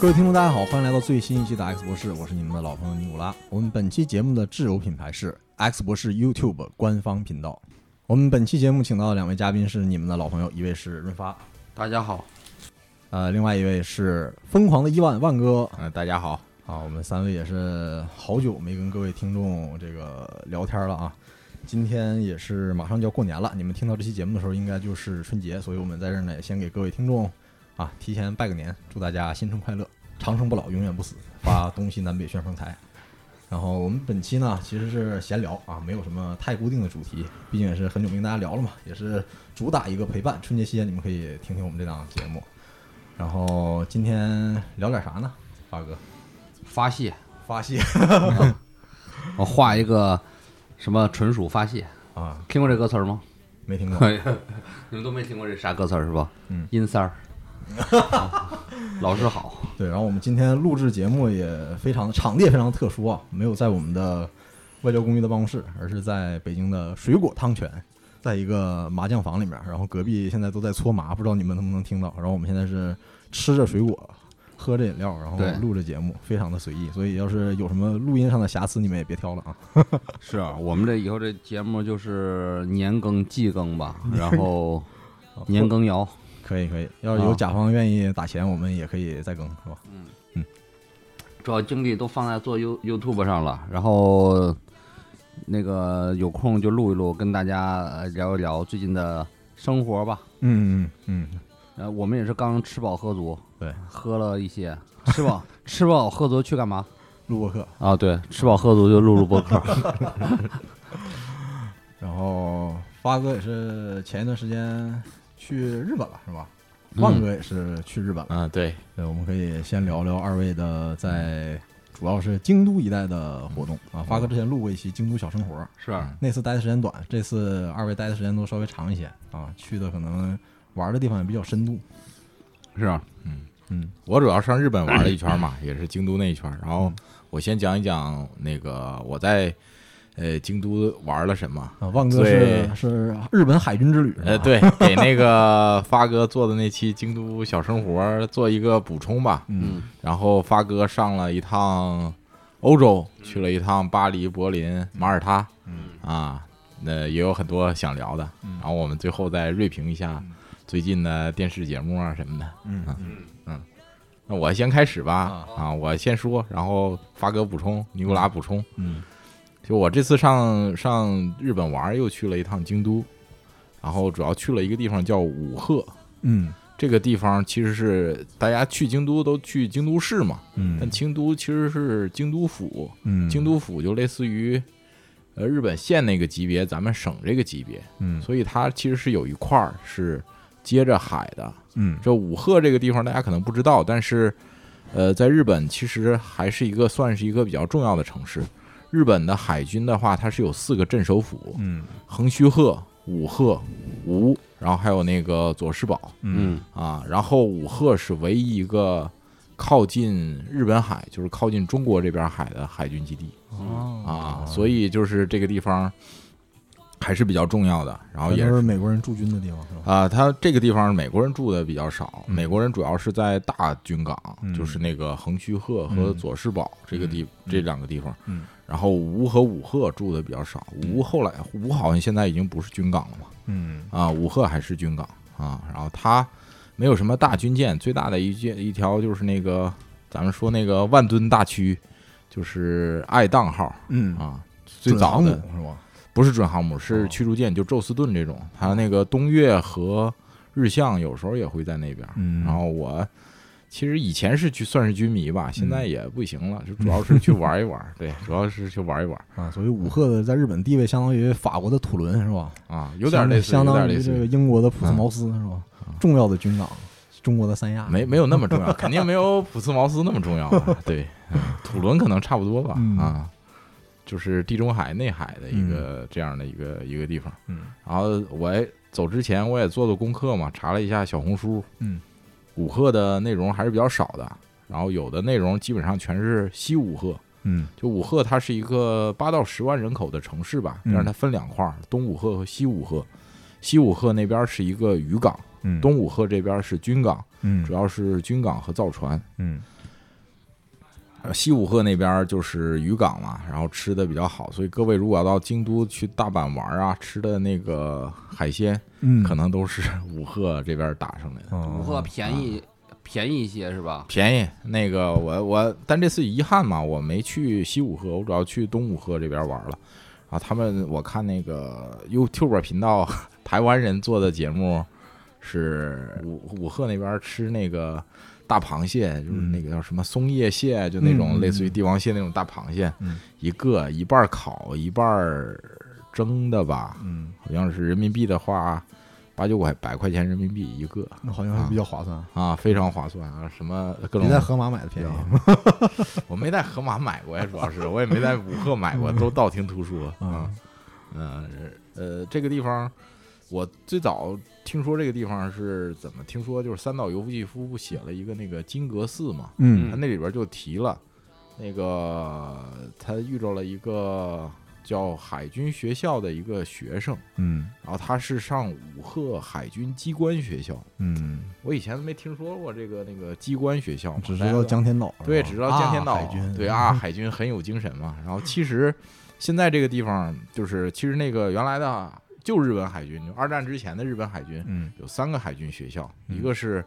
各位听众大家好，欢迎来到最新一期的 X 博士，我是你们的老朋友尼古拉。我们本期节目的挚友品牌是 X 博士 YouTube 官方频道。我们本期节目请到的两位嘉宾是你们的老朋友，一位是润发， 大家好， 另外一位是疯狂的伊万哥， 大家好。 我们三位也是好久没跟各位听众这个聊天了啊。今天也是马上就要过年了，你们听到这期节目的时候应该就是春节，所以我们在这儿呢也先给各位听众提前拜个年，祝大家新春快乐，长生不老，永远不死，发东西南北旋风财。然后我们本期呢其实是闲聊没有什么太固定的主题，毕竟也是很久没跟大家聊了嘛，也是主打一个陪伴。春节期间你们可以听听我们这档节目。然后今天聊点啥呢？发哥， 发泄， 我画一个什么纯属发泄啊？ 听过这歌词吗？ 没听过。 你们都没听过这啥歌词是吧？ 阴三儿。老师好。 对，然后我们今天录制节目也非常场地也非常特殊没有在我们的外交公寓的办公室，而是在北京的水果汤泉，在一个麻将房里面，然后隔壁现在都在搓麻，不知道你们能不能听到。然后我们现在是吃着水果，喝着饮料，然后录着节目，非常的随意，所以要是有什么录音上的瑕疵，你们也别挑了啊。 是啊，我们这以后这节目就是年更季更吧，然后年更谣。 可以，要是有甲方愿意打钱，我们也可以再更，是吧？ 主要精力都放在做 YouTube 上了，然后那个有空就录一录，跟大家聊一聊最近的生活吧。我们也是刚吃饱喝足， 对， 喝了一些，吃饱喝足去干嘛？ 录播客啊，对，吃饱喝足就录播客。 然后发哥也是前一段时间去日本了，是吧？万哥也是去日本了。 对， 我们可以先聊聊二位的在主要是京都一带的活动发哥之前录过一期京都小生活， 是那次待的时间短，这次二位待的时间都稍微长一些去的可能玩的地方也比较深度。 是啊， 我主要上日本玩了一圈嘛，也是京都那一圈。然后我先讲一讲那个我在京都玩了什么。 万哥是日本海军之旅。 对，给那个发哥做的那期京都小生活做一个补充吧。然后发哥上了一趟欧洲，去了一趟巴黎、柏林、马耳他。那也有很多想聊的。然后我们最后再锐评一下最近的电视节目什么的。那我先开始吧。我先说，然后发哥补充，尼古拉补充。就我这次上日本玩，又去了一趟京都，然后主要去了一个地方叫武鹤。这个地方其实是大家去京都都去京都市嘛，但京都其实是京都府。京都府就类似于日本县那个级别，咱们省这个级别。所以它其实是有一块是接着海的。这武鹤这个地方大家可能不知道，但是在日本其实还是算是一个比较重要的城市。日本的海军的话，它是有4个镇守府，横须贺、武鹤、吴，然后还有那个佐世保。然后武鹤是唯一一个靠近日本海，就是靠近中国这边海的海军基地。所以就是这个地方还是比较重要的。然后也是美国人驻军的地方，是吧？ 它这个地方美国人住的比较少，美国人主要是在大军港，就是那个横须贺和佐世保这2个地方。然后吴和武鹤住的比较少，吴好像现在已经不是军港了嘛。武鹤还是军港然后它没有什么大军舰，最大的一条就是那个咱们说那个万吨大驱，就是爱宕号。最早的是吧？ 不是准航母，是驱逐舰，就宙斯盾这种。它那个东岳和日向有时候也会在那边。然后我其实以前是算是军迷吧，现在也不行了，就主要是去玩一玩。对，主要是去玩一玩所以武鹤的在日本地位相当于法国的土伦，是吧？ 有点类似， 相当于这个英国的普斯茅斯，是吧？重要的军港，中国的三亚没有那么重要，肯定没有普斯茅斯那么重要。对，土伦可能差不多吧。就是地中海内海的一个这样的一个地方。然后我走之前我也做功课嘛，查了一下小红书。武鹤的内容还是比较少的，然后有的内容基本上全是西武鹤。就武鹤它是一个8到10万人口的城市吧，但是它分2块，东武鹤和西武鹤。西武鹤那边是一个渔港，东武鹤这边是军港，主要是军港和造船。 西武鹤那边就是渔港嘛，然后吃的比较好，所以各位如果要到京都去大阪玩啊，吃的那个海鲜，可能都是武鹤这边打上来的。 武鹤便宜一些是吧？ 便宜。那个但这次遗憾嘛，我没去西武鹤，我主要去东武鹤这边玩了。啊，我看那个 YouTube 频道台湾人做的节目是武鹤那边吃那个大螃蟹，就是那个叫什么松叶蟹，就那种类似于帝王蟹那种大螃蟹，一半烤一半蒸的吧，好像是人民币的话800-900块钱人民币一个， 那好像还比较划算啊，非常划算啊！什么各种你在河马买的便宜， 我没在河马买过呀，主要是我也没在武鹤买过，都道听途说啊。这个地方我最早听说这个地方是怎么听说，就是三岛由纪夫写了一个那个金阁寺嘛，他那里边就提了那个他遇到了一个叫海军学校的一个学生，然后他是上武鹤海军机关学校，我以前都没听说过那个机关学校， 只知道江天岛， 对，只知道江天岛， 海军， 对啊，海军很有精神嘛。然后其实现在这个地方其实那个原来的旧日本海军，就二战之前的日本海军，有3个海军学校，一个是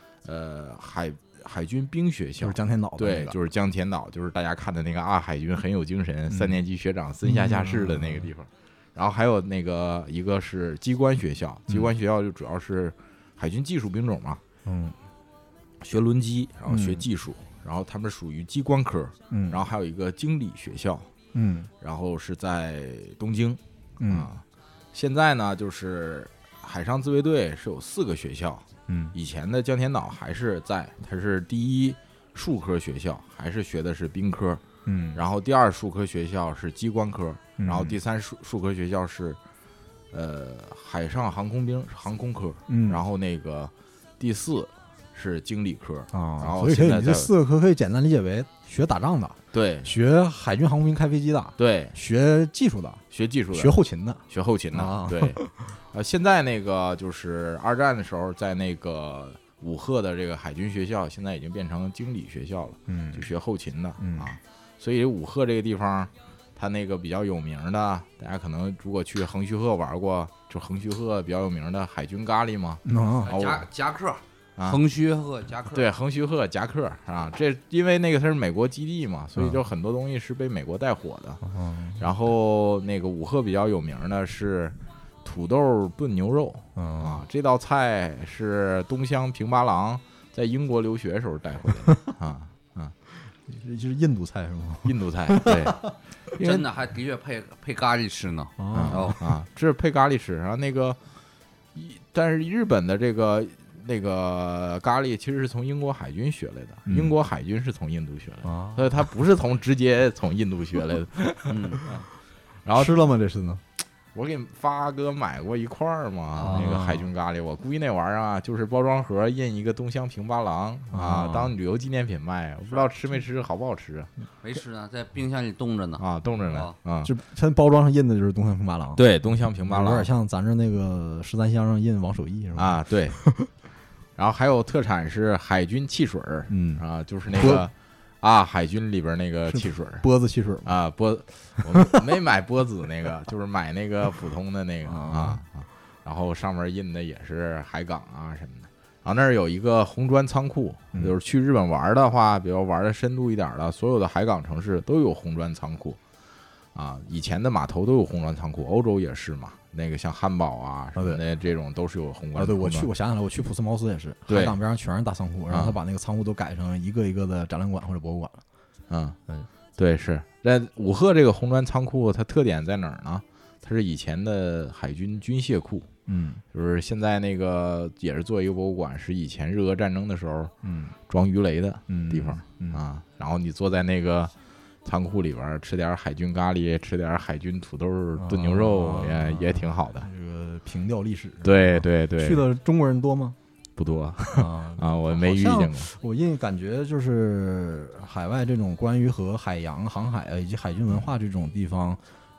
海军兵学校， 就是江天岛， 对，就是江天岛，就是大家看的那个海军很有精神，3年级学长森下下士的那个地方。然后还有一个是机关学校，机关学校就主要是海军技术兵种嘛，学轮机，然后学技术，然后他们属于机关科，然后还有一个经理学校，然后是在东京，现在呢就是海上自卫队是有4个学校。以前的江天岛还是在，它是第1术科学校，还是学的是兵科，然后第2术科学校是机关科，然后第3术科学校是海上航空科，然后那个第4是经理科啊， 然后所以你这4个科可以简单理解为学打仗的， 对， 学海军航空兵开飞机的， 对， 学技术的， 学后勤的， 对。现在那个就是二战的时候，在那个武鹤的这个海军学校，现在已经变成经理学校了，就学后勤的啊。所以武鹤这个地方，它那个比较有名的，大家可能如果去横须贺玩过，就横须贺比较有名的海军咖喱嘛， 夹克。横须贺夹克， 对，横须贺夹克啊，这因为那个它是美国基地嘛，所以就很多东西是被美国带火的。然后那个武鹤比较有名的是土豆炖牛肉啊，这道菜是东乡平八郎在英国留学时候带回来的啊， 就是印度菜是吗？ 印度菜，对， 真的还的确配咖喱吃呢。 这是配咖喱吃，然后但是日本的那个咖喱其实是从英国海军学来的，英国海军是从印度学来的，所以它不是直接从印度学来的。然后吃了吗？这次呢？ 我给发哥买过一块嘛，那个海军咖喱，我估计那玩意儿啊，就是包装盒印一个东乡平八郎啊，当旅游纪念品卖。我不知道吃没吃，好不好吃啊？ 没吃呢，在冰箱里冻着呢。 冻着呢。 就它包装上印的就是东乡平八郎。 对，东乡平八郎有点像咱这那个13香上印王守义是吧？ 啊，对。然后还有特产是海军汽水，就是那个海军里边那个汽水， 波子汽水啊，我没买波子那个，就是买那个普通的那个然后上面印的也是海港啊什么的。然后那儿有一个红砖仓库，就是去日本玩的话，比如玩的深度一点的，所有的海港城市都有红砖仓库啊，以前的码头都有红砖仓库，欧洲也是嘛。那个像汉堡啊什么的，这种都是有宏观。 对，我想起来，我去普斯茅斯也是，海港边上全是大仓库，然后他把那个仓库都改成一个一个的展览馆或者博物馆了。 对，是。在武鹤这个红砖仓库，它特点在哪儿呢？它是以前的海军军械库，就是现在那个也是做一个博物馆，是以前日俄战争的时候，装鱼雷的地方啊。然后你坐在那个仓库里边吃点海军咖喱，吃点海军土豆炖牛肉，也挺好的。 这个凭吊历史， 对。 去的中国人多吗？ 不多我没遇见过。 我感觉就是海外这种关于和海洋航海以及海军文化这种地方，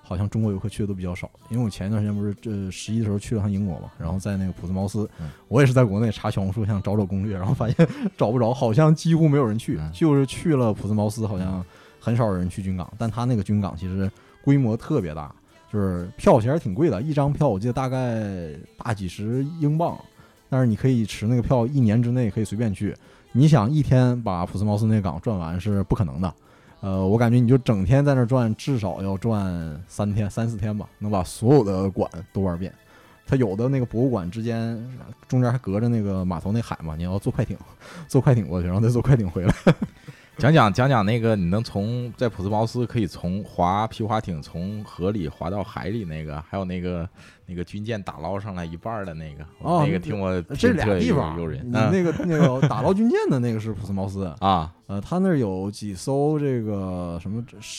好像中国游客去的都比较少。因为我前一段时间不是11的时候去了趟英国嘛，然后在那个普斯茅斯，我也是在国内查小红书想找攻略，然后发现找不着，好像几乎没有人去，就是去了普斯茅斯好像很少有人去军港，但他那个军港其实规模特别大，就是票其实挺贵的，一张票我记得大概大几十英镑，但是你可以持那个票1年之内可以随便去。你想一天把普斯茅斯那个港转完是不可能的，我感觉你就整天在那转，至少要转3天3-4天吧，能把所有的馆都玩遍。它有的那个博物馆之间中间还隔着那个码头那海嘛，你要坐快艇过去，然后再坐快艇回来。 讲讲那个，你能在普斯茅斯可以从划皮划艇从河里划到海里那个，还有那个军舰打捞上来一半的那个，那个听我这俩地方诱人。 那个打捞军舰的那个是普斯茅斯啊， 他那儿有几艘这个什么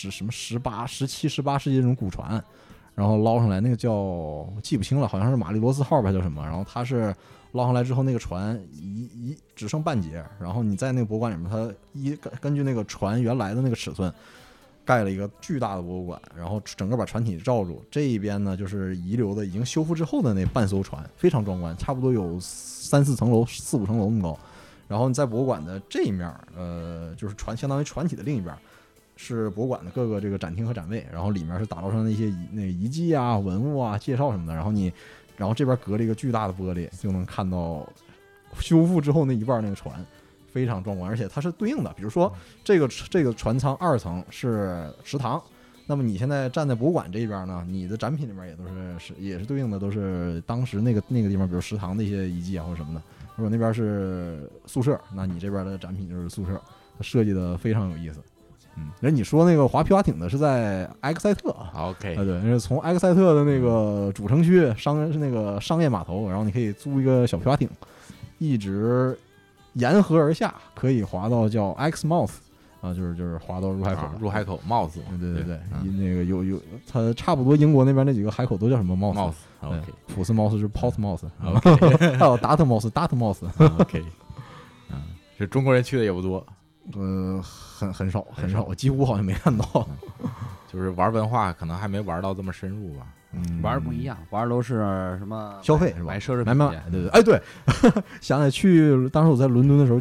17、18世纪这种古船，然后捞上来，那个叫我记不清了，好像是玛丽罗斯号吧，叫什么？然后它是捞上来之后，那个船只剩半截，然后你在那个博物馆里面，它根据那个船原来的那个尺寸，盖了一个巨大的博物馆，然后整个把船体罩住。这一边呢，就是遗留的已经修复之后的那半艘船，非常壮观，差不多有3-4层楼、4-5层楼那么高。然后你在博物馆的这一面，就是相当于船体的另一边。是博物馆的各个这个展厅和展位，然后里面是打捞上的一些遗迹啊、文物啊、介绍什么的，然后这边隔了一个巨大的玻璃，就能看到修复之后那一半那个船，非常壮观，而且它是对应的。比如说这个船舱2层是食堂，那么你现在站在博物馆这一边呢，你的展品里面也是对应的，都是当时那个地方，比如食堂的一些遗迹啊或者什么的。如果那边是宿舍，那你这边的展品就是宿舍，它设计的非常有意思。人你说那个划皮划艇的是在埃克塞特 ，OK， 对，那是从埃克塞特的那个主城区那个商业码头，然后你可以租一个小皮划艇，一直沿河而下，可以划到叫 Exmouth 啊，就是划到入海口 Mouth， 对，那个有它差不多英国那边那几个海口都叫什么 Mouth， 普斯茅斯是 Portsmouth， 还有 Dartmouth， 这中国人去的也不多。 很少，几乎好像没看到。 就是玩文化，可能还没玩到这么深入吧。 玩不一样，玩都是什么消费是吧？ 买奢侈品， 买，对，哎对，想起来当时我在伦敦的时候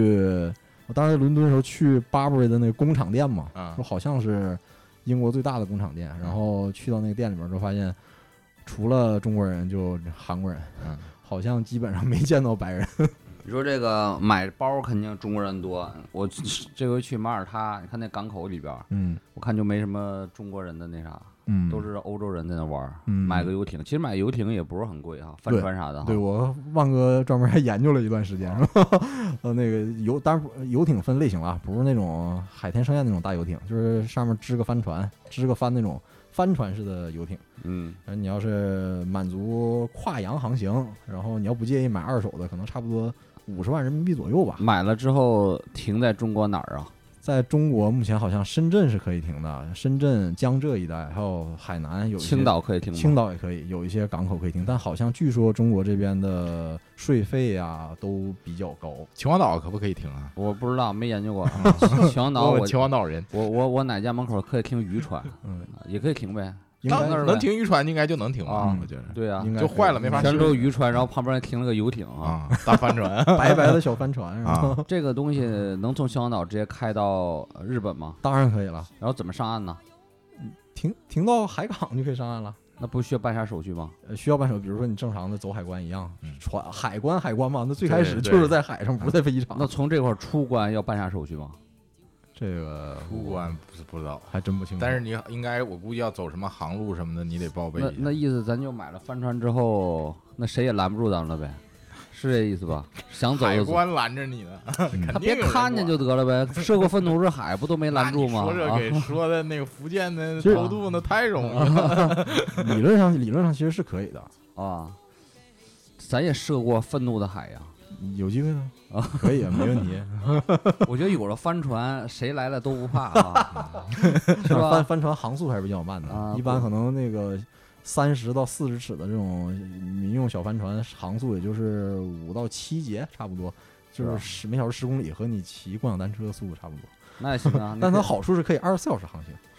去 Burberry 的那个工厂店嘛，说好像是英国最大的工厂店，然后去到那个店里面之后发现，除了中国人就韩国人，好像基本上没见到白人。 你说这个买包肯定中国人多，我这回去马耳他，你看那港口里边，我看就没什么中国人的那啥，都是欧洲人在那玩，买个游艇，其实买游艇也不是很贵哈，帆船啥的。 对，我万哥专门还研究了一段时间，那个当然游艇分类型了，不是那种海天盛宴那种大游艇，就是上面支个帆船，支个帆那种帆船式的游艇。你要是满足跨洋航行，然后你要不介意买2手的，可能差不多50万人民币左右吧。 买了之后停在中国哪儿啊？ 在中国目前好像深圳是可以停的，深圳、江浙一带，还有海南有一些， 青岛可以停吗？ 青岛也可以，有一些港口可以停，但好像据说中国这边的税费啊都比较高。 秦皇岛可不可以停啊？ 我不知道，没研究过。秦皇岛， 秦皇岛人， 我哪家门口可以停渔船？也可以停呗。 能停渔船应该就能停吧？我觉得对啊， 就坏了没法。 泉州渔船，然后旁边停了个游艇啊， 大帆船， 白的小帆船啊。这个东西能从秦皇岛直接开到日本吗？ 当然可以了。 然后怎么上岸呢？ 停到海港就可以上岸了。 那不需要办啥手续吗？ 需要办手续，比如说你正常的走海关一样，海关嘛，那最开始就是在海上，不是在飞机场。 那从这块出关要办啥手续吗？ 这个出关不知道， 还真不清楚。 但是你应该，我估计要走什么航路什么的，你得报备。 那意思咱就买了帆船之后，那谁也拦不住咱了呗，是这意思吧？想走海关拦着你呢， 他别看见就得了呗。涉过粪土之海不都没拦住吗？ 说这给说的那个福建的偷渡那太容易了。 理论上其实是可以的啊，咱也涉过愤怒的海呀。 有机会的可以，没问题。 我觉得有了帆船，谁来了都不怕啊，是吧？ 帆船航速还是比较慢的，一般可能那个30到40尺的这种民用小帆船，航速也就是5到7节，差不多，就是每小时10公里，和你骑共享单车的速度差不多。 那也行啊， 但它好处是可以24小时航行。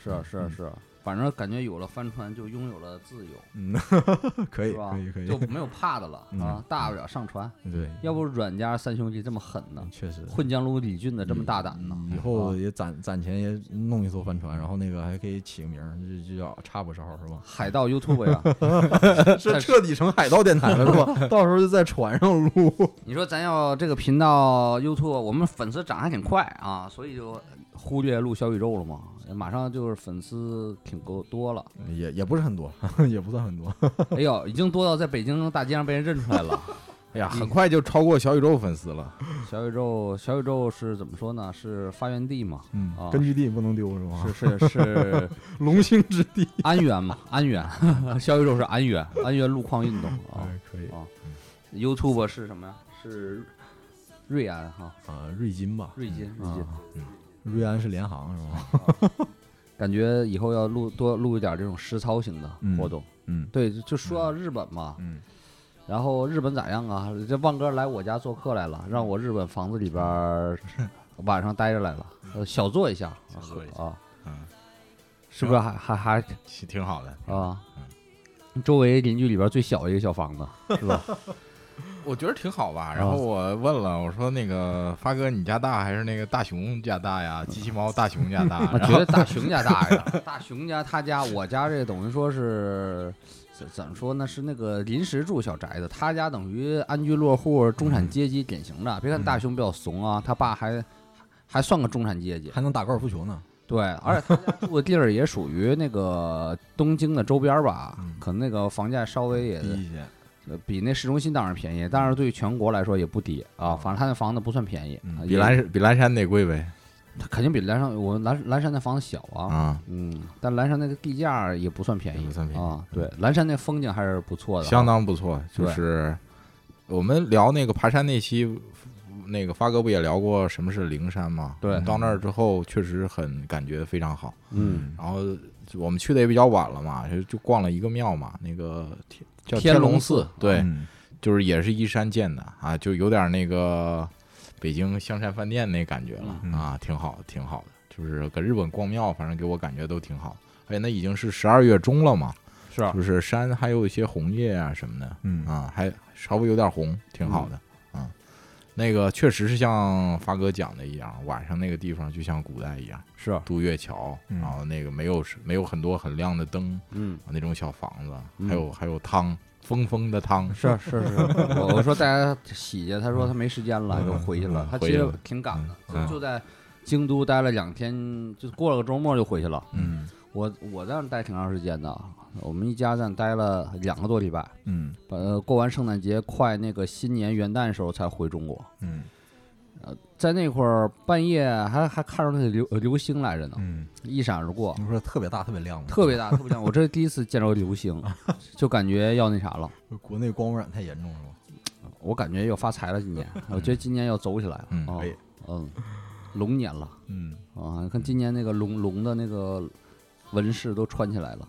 是，反正感觉有了帆船就拥有了自由， 可以是吧？ 可以， 就没有怕的了啊，大不了上船。 对， 要不阮家三兄弟这么狠呢？ 确实， 混江路李俊的这么大胆呢？ 以后也攒钱也弄一艘帆船，然后那个还可以起个名，就叫插不勺是吧？ 海盗 YouTube 呀， 是彻底成海盗电台了是吧？到时候就在船上录。 你说咱要这个频道 YouTube，我们粉丝涨还挺快啊，所以就忽略录小宇宙了嘛，马上就是粉丝挺多了， 也不是很多，也不算很多。 哎呦，已经多到在北京大街上被人认出来了。 哎呀，很快就超过小宇宙粉丝了。 小宇宙是怎么说呢？是发源地嘛， 根据地不能丢是吗？ 是龙兴之地， 安源嘛，安源。小宇宙是安源路况运动啊， 可以啊。YouTube 是什么呀？是瑞安哈瑞金吧， 瑞金， 瑞安是联航是吧？ 感觉以后要多录一点这种实操型的活动。对，就说到日本嘛，然后日本咋样啊？这旺哥来我家做客来了，让我日本房子里边晚上待着来了，小坐一下啊，是不是还挺好的啊？周围邻居里边最小的一个小房子，是吧？ 我觉得挺好吧。然后我问了，我说那个发哥，你家大还是那个大熊家大呀？机器猫大熊家大？ 我觉得大熊家大呀，大熊家他家，我家这等于说是怎么说呢？是那个临时住小宅子，他家等于安居落户，中产阶级典型的。别看大熊比较怂啊，他爸还算个中产阶级， 还能打高尔夫球呢。 对，而且他家住的地儿也属于那个东京的周边吧，可能那个房价稍微也低一些。 比那市中心当然便宜，但是对于全国来说也不低啊。反正他那房子不算便宜， 比蓝山得贵呗。 他肯定比蓝山，我蓝山那房子小啊，但蓝山那个地价也不算便宜，啊。对，蓝山那风景还是不错的， 相当不错。就是我们聊那个爬山那期，那个发哥不也聊过什么是灵山吗？ 对， 到那儿之后确实感觉非常好。然后我们去的也比较晚了嘛，就逛了一个庙嘛，那个叫天龙寺，对，就是也是依山建的啊，就有点那个北京香山饭店那感觉了啊，挺好的。就是搁日本逛庙，反正给我感觉都挺好。而且那已经是12月中了嘛， 是啊， 就是山还有一些红叶啊什么的，还稍微有点红，挺好的。那个确实是像发哥讲的一样，晚上那个地方就像古代一样， 是渡月桥，然后那个没有很多很亮的灯，那种小房子，还有汤，丰的汤， 是。我说大家洗去，他说他没时间了，就回去了。他其实挺赶的，就在京都待了2天，就过了个周末就回去了。我在那待挺长时间的，我们一家在那待了2个多礼拜。过完圣诞节，快那个新年元旦的时候才回中国。在那块儿半夜还看着那个流星来着呢，一闪而过。 你说特别大，特别亮吗？ 特别大，特别亮。我这是第一次见着流星，就感觉要那啥了。 国内光污染太严重是吧？ 我感觉要发财了，今年。我觉得今年要走起来了。龙年了。你看今年那个龙的那个纹饰都穿起来了。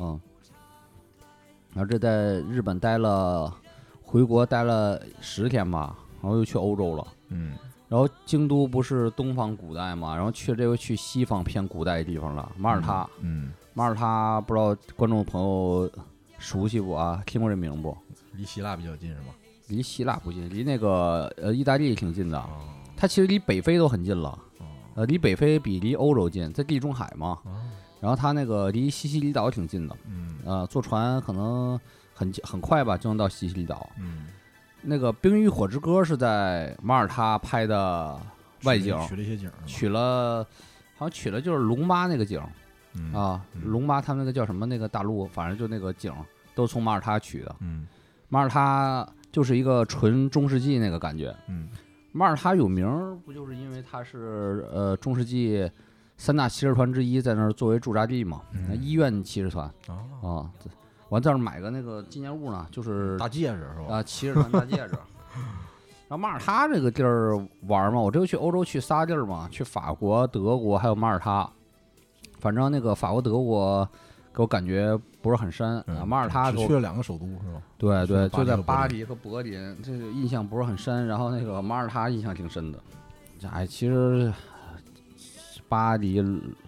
然后这在日本回国待了10天吧，然后又去欧洲了。然后京都不是东方古代嘛，然后这回去西方偏古代的地方了，马耳他。马耳他不知道观众朋友熟悉不啊？听过这名不？ 离希腊比较近是吗？ 离希腊不近，离那个意大利挺近的。它其实离北非都很近了。离北非比离欧洲近，在地中海嘛。然后它那个离西西里岛挺近的。坐船可能很快吧就能到西西里岛。那个《冰与火之歌》是在马耳他拍的外景， 取了一些景， 好像取了就是龙妈那个景。龙妈他们那个叫什么那个大陆，反正就那个景都从马耳他取的。马耳他就是一个纯中世纪那个感觉。马耳他有名不就是因为它是中世纪3大骑士团之一，在那儿作为驻扎地嘛。医院骑士团完在那儿买个那个纪念物呢，就是大戒指是吧？ 骑士团大戒指。然后马耳他这个地儿玩嘛，我这回去欧洲去仨地儿嘛，去法国、德国还有马耳他。反正那个法国、德国给我感觉不是很深。马耳他只去了2个首都是吧？ 对，就在巴黎和柏林，这个印象不是很深。然后那个马耳他印象挺深的。其实巴黎、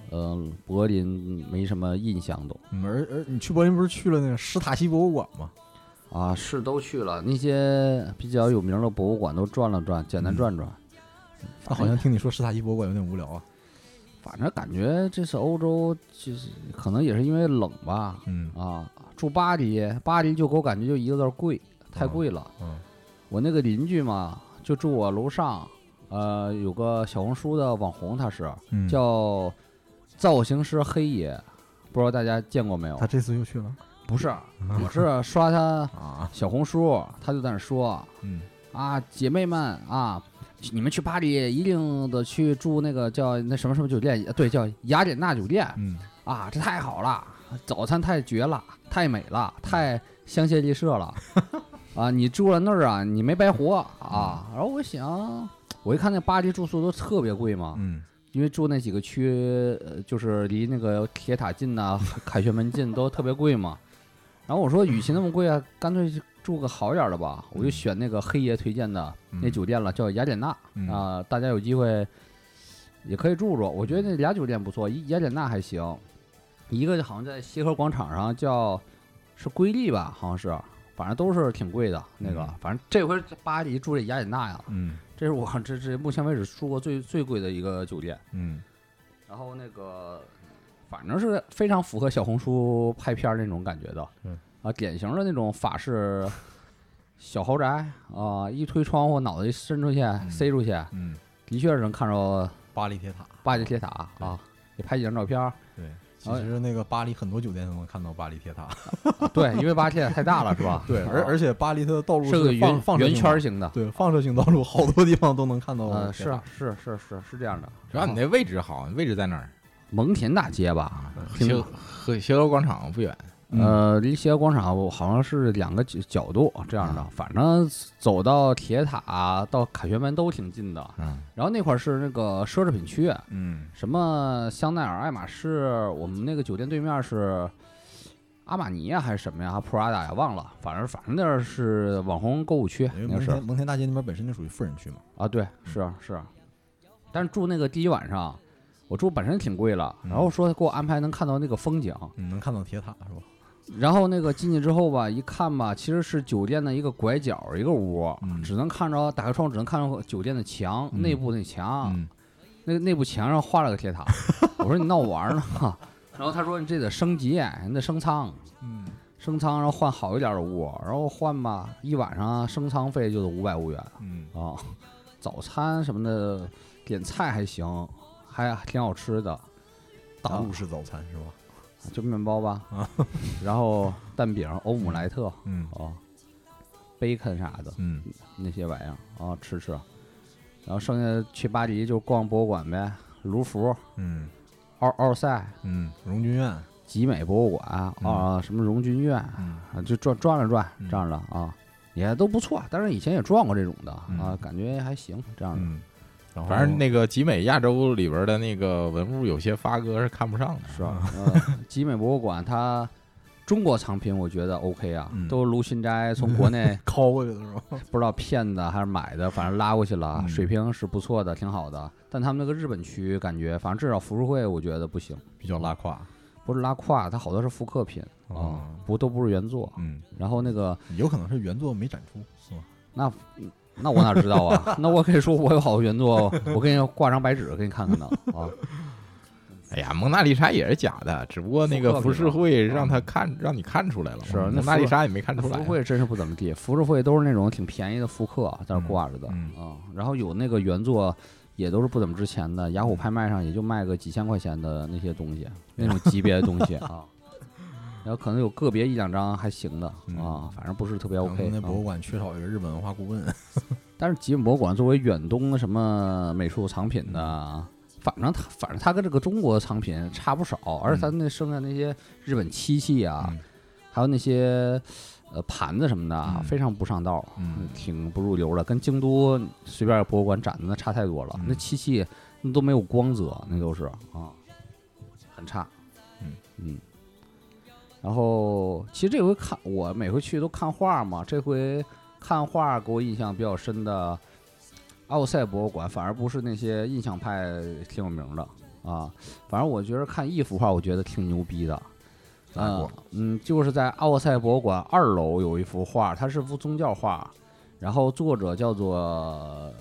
柏林没什么印象都。 而你去柏林不是去了那个史塔西博物馆吗？ 啊，是都去了，那些比较有名的博物馆都转了转，简单转转。 那好像听你说史塔西博物馆有点无聊啊。 反正感觉这次欧洲就是可能也是因为冷吧，住巴黎就给我感觉就一个字贵，太贵了。我那个邻居嘛，就住我楼上，有个小红书的网红，他是叫造型师黑爷，不知道大家见过没有？ 他这次又去了？ 不是，我是刷他小红书，他就在那说，姐妹们啊，你们去巴黎一定得去住那个叫那什么什么酒店，对，叫雅典娜酒店。这太好了，早餐太绝了，太美了，太香榭丽舍了。你住了那儿啊，你没白活啊。然后我想，我一看那巴黎住宿都特别贵嘛，因为住那几个区，就是离那个铁塔近呐、凯旋门近，都特别贵嘛。然后我说，与其那么贵啊，干脆住个好一点的吧。我就选那个黑爷推荐的那酒店了，叫雅典娜大家有机会也可以住住。我觉得那俩酒店不错，雅典娜还行，一个好像在协和广场上是瑰丽吧，好像是，反正都是挺贵的那个。反正这回巴黎住这雅典娜呀，这是我这目前为止住过最贵的一个酒店。然后那个反正是非常符合小红书拍片那种感觉的，典型的那种法式小豪宅一推窗户脑袋伸出去塞出去，的确是能看着巴黎铁塔啊，也拍几张照片。 对，其实那个巴黎很多酒店都能看到巴黎铁塔。 对，因为巴黎铁塔太大了，是吧？ 对，而且巴黎它的道路是个圆圈型的， 对，放射性道路，好多地方都能看到。 是这样的。 主要你那位置好，位置在哪儿？ 蒙田大街吧， 和协和广场不远。 离协和广场好像是2个角度这样的，反正走到铁塔到凯旋门都挺近的。然后那块是那个奢侈品区，什么香奈儿、爱马仕，我们那个酒店对面是阿玛尼呀还是什么呀，还普拉达呀，忘了，反正那是网红购物区。 因为蒙田大街那边本身就属于富人区嘛。 对，是。但是住那个第一晚上，我住本身挺贵了，然后说给我安排能看到那个风景， 能看到铁塔是吧？ 然后那个进去之后吧，一看吧，其实是酒店的一个拐角一个屋，只能看着打开窗只能看着酒店的墙，内部那墙，那个内部墙上画了个铁塔。我说你闹我玩呢？然后他说你这得升级，你得升舱，升舱然后换好一点的屋，然后换吧，一晚上升舱费就得500欧元。早餐什么的点菜还行，还挺好吃的， 大陆式早餐是吧？ 就面包吧，然后蛋饼、欧姆莱特，bacon 啥的，那些玩意儿吃。然后剩下去巴黎就逛博物馆呗，卢浮，奥赛， 荣军院、 集美博物馆什么荣军院，就转了转这样的也都不错。但是以前也转过这种的感觉还行这样的。 反正那个集美亚洲里边的那个文物，有些发哥是看不上的， 是吧？集美博物馆它中国藏品我觉得 OK 啊，都是卢芹斋从国内拷过去的是吧？ 不知道骗的还是买的，反正拉过去了，水平是不错的，挺好的。但他们那个日本区感觉，反正至少浮世绘我觉得不行， 比较拉胯。 不是拉胯，它好多是复刻品都不是原作。然后那个有可能是原作没展出，是吧？ 那我哪知道啊？那我可以说我有好多原作，我给你挂张白纸给你看看呢哎呀，蒙娜丽莎也是假的，只不过那个浮世绘让你看出来了。 是蒙娜丽莎也没看出来。 浮世绘真是不怎么地，浮世绘都是那种挺便宜的复刻在那挂着的然后有那个原作也都是不怎么值钱的，雅虎拍卖上也就卖个几千块钱的那些东西，那种级别的东西然后可能有个别1-2张还行的反正不是特别 OK。 那博物馆缺少一个日本文化顾问。 但是集美博物馆作为远东什么美术藏品的，反正它跟这个中国藏品差不少，而且它那剩下那些日本漆器还有那些盘子什么的非常不上道，挺不入流的，跟京都随便博物馆展的那差太多了。那漆器那都没有光泽，那都是很差。然后其实这回我每回去都看画嘛，这回看画给我印象比较深的奥赛博物馆，反而不是那些印象派挺有名的啊。反正我觉得看一幅画，我觉得挺牛逼的。就是在奥赛博物馆2楼有一幅画，它是幅宗教画，然后作者叫做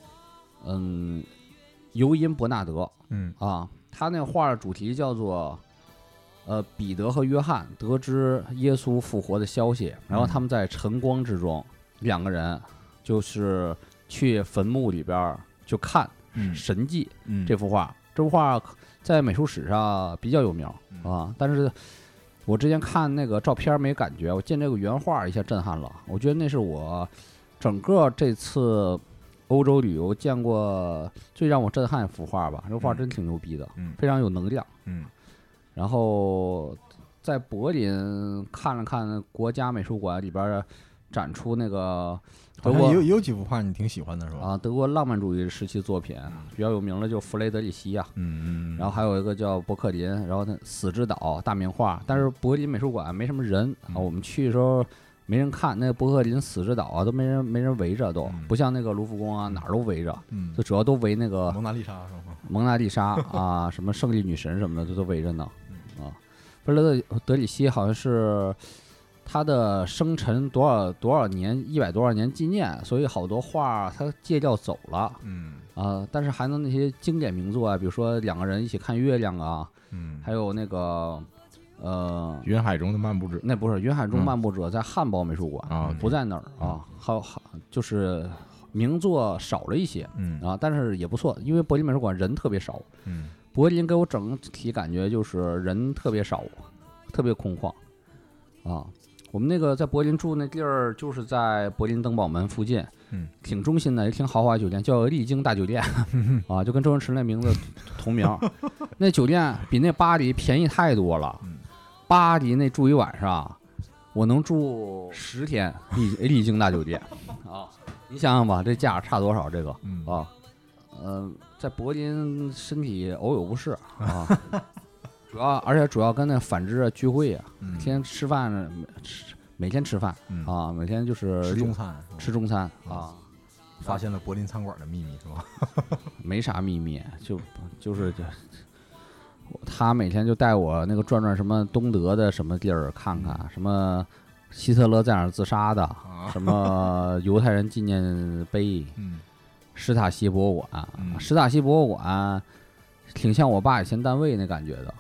尤因伯纳德，他那画的主题叫做彼得和约翰得知耶稣复活的消息，然后他们在晨光之中，2个人就是去坟墓里边就看神迹。这幅画在美术史上比较有名啊，但是我之前看那个照片没感觉，我见这个原画一下震撼了。我觉得那是我整个这次欧洲旅游见过最让我震撼一幅画吧。这幅画真挺牛逼的，非常有能量。然后在柏林看了看国家美术馆里边展出那个德国也有几幅画你挺喜欢的是吧？ 德国浪漫主义时期作品比较有名的就弗雷德里希啊，然后还有一个叫伯克林，然后那死之岛大名画，但是柏林美术馆没什么人我们去的时候没人看，那个伯克林死之岛都没人围着，都不像那个卢浮宫哪儿都围着，就主要都围那个蒙娜丽莎是吗？ 蒙娜丽莎什么胜利女神什么的都围着呢弗雷德里希好像是他的生辰多少年，100多少年纪念，所以好多画他戒掉走了，但是还能那些经典名作比如说2个人一起看月亮还有那个云海中的漫步者， 那不是云海中漫步者，在汉堡美术馆不在那儿好就是名作少了一些但是也不错，因为柏林美术馆人特别少，柏林给我整体感觉就是人特别少，特别空旷我们那个在柏林住那地儿，就是在柏林登堡门附近，挺中心的，也挺豪华酒店，叫丽晶大酒店就跟周星驰那名字同名。那酒店比那巴黎便宜太多了，巴黎那住一晚上，我能住10天。丽晶大酒店你想想吧，这价差多少？这个在柏林身体偶有不适而且主要跟那反制聚会天天吃饭，每天吃饭每天就是吃中餐发现了柏林餐馆的秘密是吧？ 没啥秘密，就是他每天就带我那个转什么东德的什么地儿看看，什么希特勒在哪儿自杀的，什么犹太人纪念碑，史塔西博物馆，史塔西博物馆挺像我爸以前单位那感觉的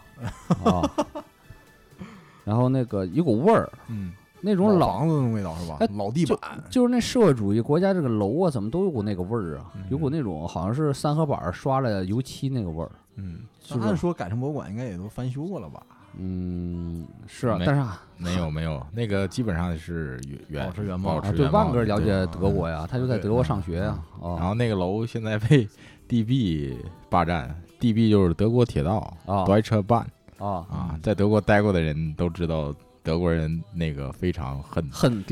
然后那个有股味儿，那种老房子那种味道是吧？老地板， 就是那社会主义国家这个楼怎么都有股那个味儿有股那种好像是三合板刷了油漆那个味儿。 按说改成博物馆应该也都翻修过了吧？ 是但是没有，那个基本上是保持原貌。 对，万哥了解德国呀，他就在德国上学呀。 然后那个楼现在被 DB 霸占。DB 就是德国铁道Deutsche Bahn 在德国待过的人都知道，德国人那个非常恨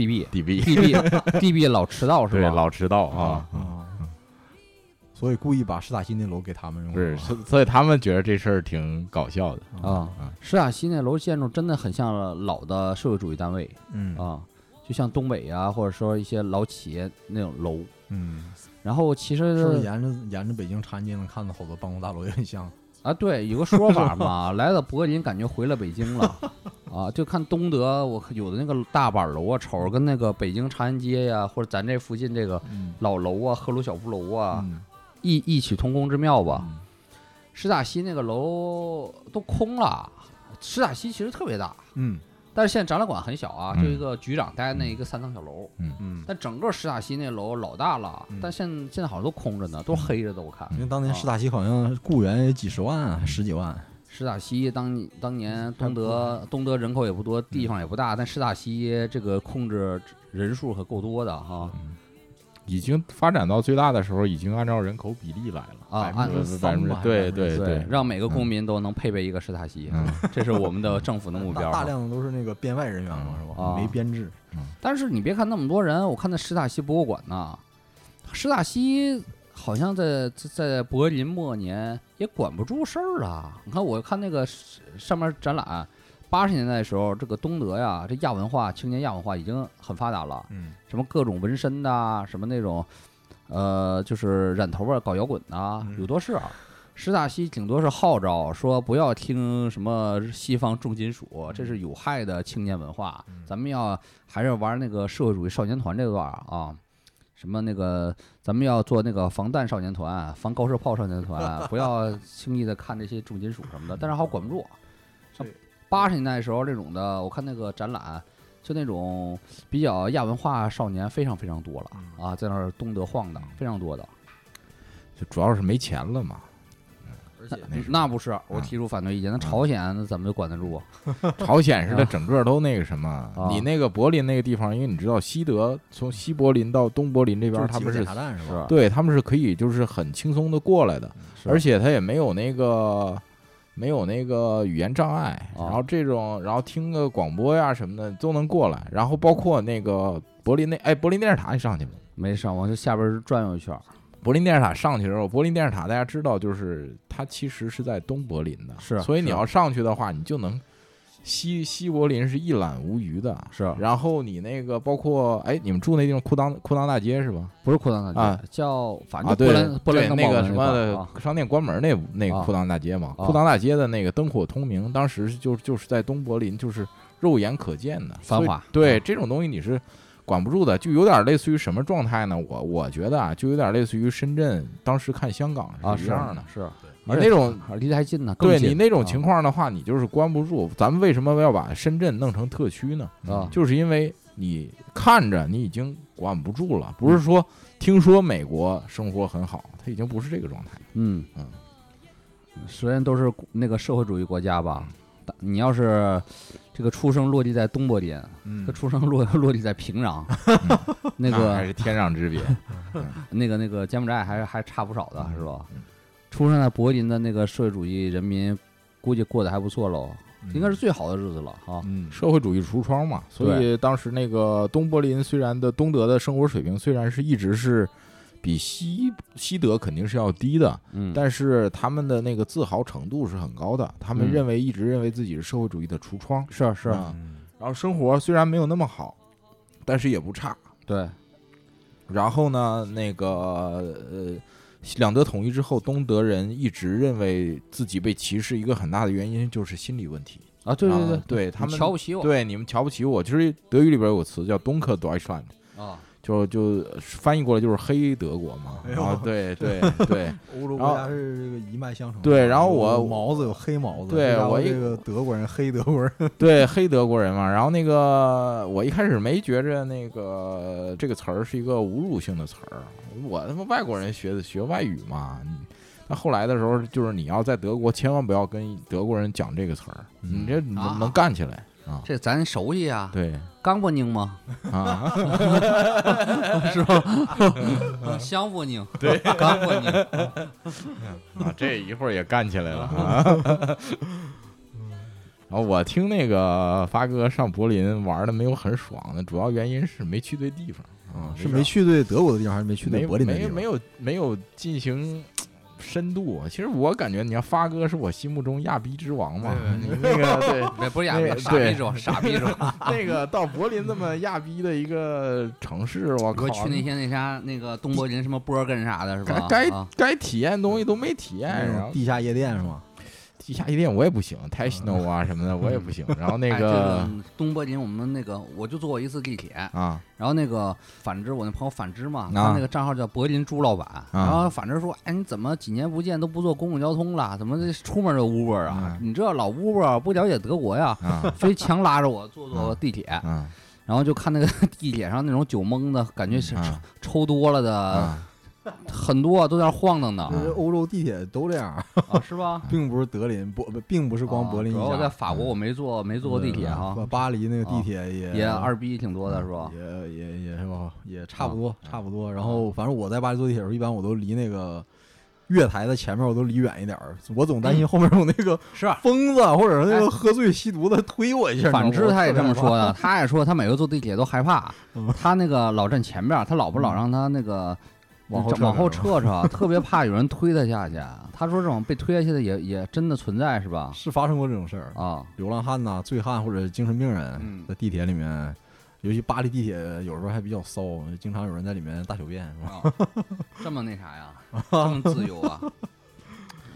DB 老迟到是吧？ 对，老迟到所以故意把史塔西那楼给他们用， 是，所以他们觉得这事儿挺搞笑的史塔西那楼建筑真的很像老的社会主义单位，就像东北或者说一些老企业那种楼，然后其实是不是沿着北京长安街能看到好多办公大楼也很像对，有个说法嘛，来了柏林感觉回了北京了就看东德，我有的那个大板楼瞅着跟那个北京长安街或者咱这附近这个老楼赫鲁晓夫楼异曲同工之妙吧。史塔西那个楼都空了，史塔西其实特别大，但是现在展览馆很小就一个局长待那一个3层小楼，但整个史塔西那楼老大了，但现在好像都空着呢，都黑着的。我看， 因为当年史塔西好像雇员也几十万10几万。 史塔西当年东德人口也不多，地方也不大，但史塔西这个控制人数可够多的已经发展到最大的时候，已经按照人口比例来了 3%， 对， 让每个公民都能配备一个史塔西，这是我们的政府的目标。 大量的都是那个编外人员嘛，是吧？没编制。 但是你别看那么多人，我看那史塔西博物馆呢，史塔西好像在柏林末年也管不住事儿了。你看，我看那个上面展览。80年代的时候，这个东德这亚文化、青年亚文化已经很发达了，什么各种纹身的，什么那种，就是染头发搞摇滚的，有多是史塔西顶多是号召说不要听什么西方重金属，这是有害的青年文化，咱们还是玩那个社会主义少年团这段啊，什么那个咱们要做那个防弹少年团、防高射炮少年团，不要轻易的看这些重金属什么的，但是好管不住。像80年代的时候这种的，我看那个展览，就那种比较亚文化少年非常非常多了啊，在那儿东德晃荡，非常多的。 就主要是没钱了嘛。 那不是，我提出反对意见。那朝鲜那怎么就管得住啊？ 朝鲜似的，整个都那个什么。你那个柏林那个地方，因为你知道西德从西柏林到东柏林这边，他们是对，他们是可以就是很轻松的过来的，而且他也没有那个语言障碍，然后然后听个广播呀什么的都能过来，然后包括那个柏林电视塔你上去吗？ 没上，我就下边转悠一圈。 柏林电视塔上去的时候，柏林电视塔大家知道，就是它其实是在东柏林的， 是， 所以你要上去的话，你就能西柏林是一览无余的， 是。 然后你那个包括你们住那地方裤裆大街是吧？ 不是裤裆大街啊，叫反正波兰那个什么商店关门那个裤裆大街嘛，裤裆大街的那个灯火通明，当时就是在东柏林，就是肉眼可见的繁华。 对，这种东西你是管不住的，就有点类似于什么状态呢？我觉得就有点类似于深圳当时看香港是一样的， 是。 你那种离得还近呢， 对你那种情况的话，你就是关不住。咱们为什么要把深圳弄成特区呢？就是因为你看着你已经管不住了，不是说听说美国生活很好，它已经不是这个状态。 虽然都是那个社会主义国家吧，你要是这个出生落地在东柏林，和出生落地在平壤，那个还是天壤之别。 那个柬埔寨还差不少的是吧？出生在柏林的那个社会主义人民，估计过得还不错喽，应该是最好的日子了哈。 社会主义橱窗嘛，所以当时那个东柏林虽然的东德的生活水平虽然是一直是比西德肯定是要低的，但是他们的那个自豪程度是很高的，他们一直认为自己是社会主义的橱窗， 是。 然后生活虽然没有那么好，但是也不差。 对。 然后呢，那个两德统一之后，东德人一直认为自己被歧视，一个很大的原因就是心理问题啊！ 对，他们瞧不起我， 对你们瞧不起我。其实德语里边有个词叫 Dunkel Deutschland 啊， 就翻译过来就是黑德国嘛。对， 欧洲国家是这个一脉相承。 对，然后毛子有黑毛子， 对我这个德国人黑德国人， 对黑德国人嘛。然后那个我一开始没觉着那个这个词儿是一个侮辱性的词儿，我他妈外国人学外语嘛。那后来的时候，就是你要在德国，千万不要跟德国人讲这个词儿，你这能干起来。 这咱熟悉啊， 对， 刚不宁吗？是吧？香不宁， 对， 刚不宁。 这一会儿也干起来了啊！然后我听那个发哥上柏林玩的没有很爽的，主要原因是没去对地方是没去对德国的地方，还是没去对柏林的地方？ 没有进行深度。其实我感觉，你看发哥是我心目中亚逼之王嘛，你那个对， 不是亚逼，傻逼之王，傻逼之王。 那个到柏林这么亚逼的一个城市，我靠！ 去那些那个东柏林什么波根啥的，是吧？ 该体验东西都没体验，然后地下夜店是吗？ 地下夜店我也不行 ，techno 啊什么的我也不行。然后那个东柏林，我们那个我就坐过一次地铁啊， 然后那个反之，我那朋友反之嘛，他那个账号叫柏林朱老板，然后反之说，哎，你怎么几年不见都不坐公共交通了？怎么这出门就 Uber 啊？你这老 Uber 不了解德国呀，非强拉着我坐地铁，然后就看那个地铁上那种酒蒙的感觉是抽多了的。很多都在那晃荡呢。 欧洲地铁都这样啊，是吧？ 并不是德林，并不是光柏林一家。 主要在法国我没坐过地铁哈。 巴黎那个地铁也二逼挺多的是吧？ 也是吧？也差不多。然后反正我在巴黎坐地铁的时候，一般我都离那个月台的前面我都离远一点，我总担心后面有那个是疯子或者是那个喝醉吸毒的推我一下。 反之他也这么说的，他也说他每个坐地铁都害怕，他那个老站前面，他老婆老让他那个。往后撤，特别怕有人推他下去。他说这种被推下去的也真的存在，是吧？ 是发生过这种事儿啊， 流浪汉呐、醉汉或者精神病人在地铁里面，尤其巴黎地铁有时候还比较骚，经常有人在里面大小便，是吧？ 这么那啥呀？这么自由啊？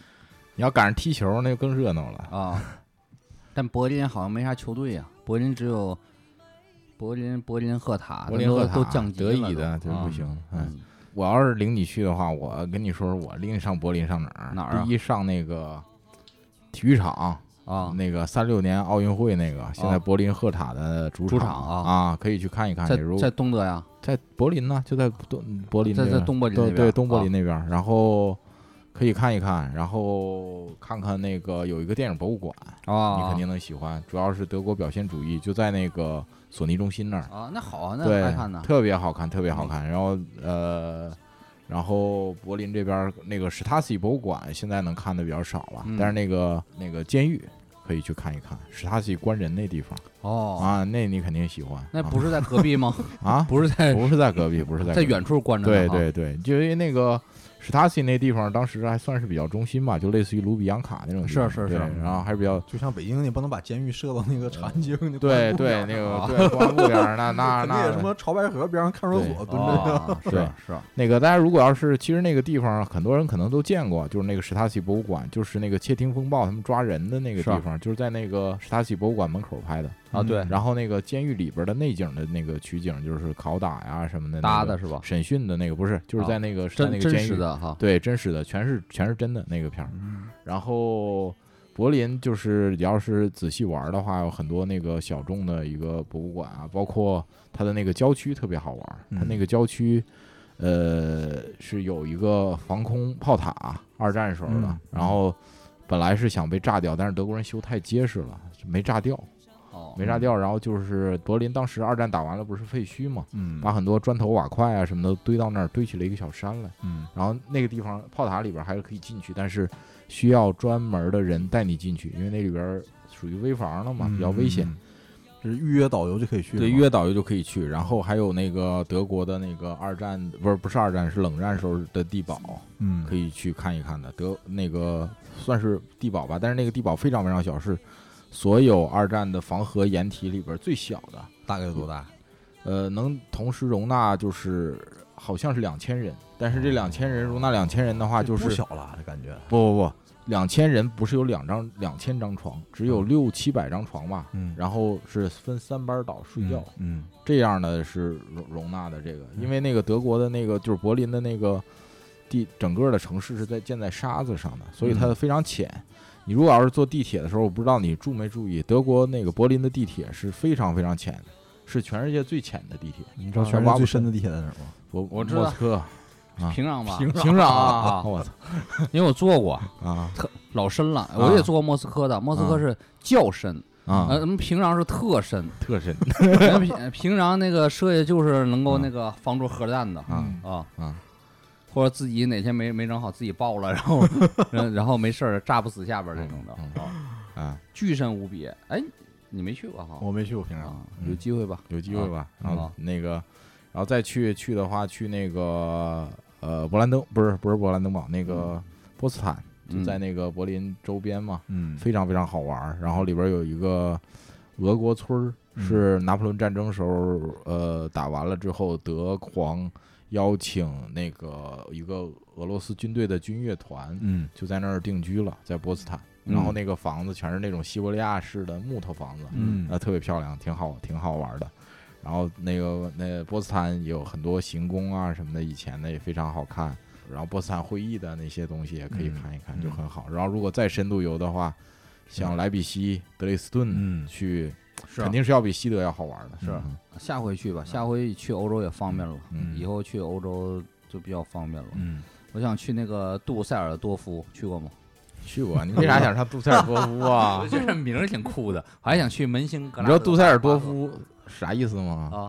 你要赶上踢球，那就更热闹了啊。但柏林好像没啥球队呀，柏林只有柏林赫塔，都降级了， 德乙的就不行。我要是领你去的话，我跟你说，我领你上柏林上哪儿？ 哪儿啊？ 第一上那个体育场啊， 那个36年奥运会那个，现在柏林赫塔的主场啊，可以去看一看。 在东德呀， 在柏林呢，就在柏林， 在东柏林那边， 对东柏林那边，然后可以看一看，然后看看那个有一个电影博物馆啊，你肯定能喜欢，主要是德国表现主义，就在那个索尼中心那儿啊，那好啊，那爱看呢， 特别好看，特别好看。然后柏林这边那个史塔西博物馆现在能看的比较少了，但是那个监狱可以去看一看，史塔西关人那地方啊，那你肯定喜欢。 那不是在隔壁吗？ 啊， 不是在隔壁，不是在远处关着。 对，就因为那个史塔西那地方当时还算是比较中心吧，就类似于卢比扬卡那种地方。 是， 然后还是比较， 就像北京，你不能把监狱设到那个长安街对那个对公安部边儿，那什么潮白河边上看守所蹲着对是那个。大家如果要是其实那个地方很多人可能都见过，就是那个史塔西博物馆，就是那个窃听风暴他们抓人的那个地方，就是在那个史塔西博物馆门口拍的啊。对， 然后那个监狱里边的内景的那个取景，就是拷打呀什么的搭的是吧？ 审讯的那个不是，就是在那个真实的哈， 对，真实的，全是真的那个片儿。然后柏林就是要是仔细玩的话，有很多那个小众的一个博物馆啊，包括它的那个郊区特别好玩。它那个郊区，是有一个防空炮塔，二战时候的。然后本来是想被炸掉，但是德国人修太结实了，没炸掉。没炸掉，然后就是柏林当时二战打完了不是废墟嘛，把很多砖头瓦块啊什么的堆到那儿，堆起了一个小山来，然后那个地方炮塔里边还是可以进去，但是需要专门的人带你进去，因为那里边属于危房了嘛，比较危险， 就是预约导游就可以去， 对，预约导游就可以去。然后还有那个德国的那个二战不是二战，是冷战时候的地堡，可以去看一看的，那个算是地堡吧，但是那个地堡非常非常小，是所有二战的防核掩体里边最小的。 大概有多大？ 能同时容纳就是好像是2000人，但是这2000人容纳2000人的话，就是不小了，这感觉。 不，2000人不是有2000张床，只有600-700张床吧？然后是分3班倒睡觉，这样的是容纳的这个，因为那个德国的那个就是柏林的那个整个的城市是建在沙子上的，所以它非常浅。你如果要是坐地铁的时候，我不知道你注没注意，德国那个柏林的地铁是非常非常浅的，是全世界最浅的地铁。 你知道全世界最深的地铁在哪儿吗？ 我知道， 莫斯科， 平壤吧？ 平壤啊！我操， 因为我坐过啊， 老深了。我也坐过莫斯科的，莫斯科是较深啊， 平壤是特深。平壤那个设计就是能够那个防住核弹的啊。或者自己哪天没整好，自己爆了，然后没事儿炸不死下边这种的巨深无比。哎，你没去过哈？ 我没去过平壤， 有机会吧？ 有机会吧？然后然后再去的话，去那个勃兰登不是勃兰登堡，那个波茨坦就在那个柏林周边嘛，非常非常好玩。然后里边有一个俄国村，是拿破仑战争时候打完了之后，德皇邀请那个一个俄罗斯军队的军乐团，就在那儿定居了，在波茨坦。然后那个房子全是那种西伯利亚式的木头房子，特别漂亮，挺好玩的。然后那波茨坦也有很多行宫啊什么的，以前的也非常好看。然后波茨坦会议的那些东西也可以看一看，就很好。然后如果再深度游的话，像莱比锡、德累斯顿去。肯定是要比西德要好玩的， 是下回去吧，下回去欧洲也方便了，以后去欧洲就比较方便了。我想去那个杜塞尔多夫，去过吗？ 去过。你为啥想上杜塞尔多夫啊？ 我觉得名儿挺酷的，我还想去门兴格拉德。 你知道杜塞尔多夫啥意思吗？ 啊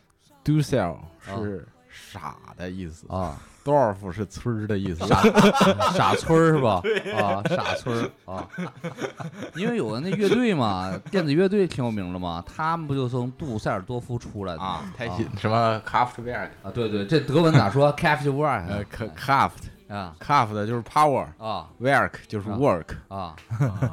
，Dusel 是傻的意思啊。 Dorf 是村的意思， 傻村是吧？啊，傻村啊，因为有的那乐队嘛，电子乐队挺有名的嘛，他们不就从杜塞尔多夫出来的啊？太新什么 Kraftwerk 啊？对，这德文咋说 ？Kraftwerk Kraft 啊 ，Kraft 就是 power 啊 ，work 就是 work 啊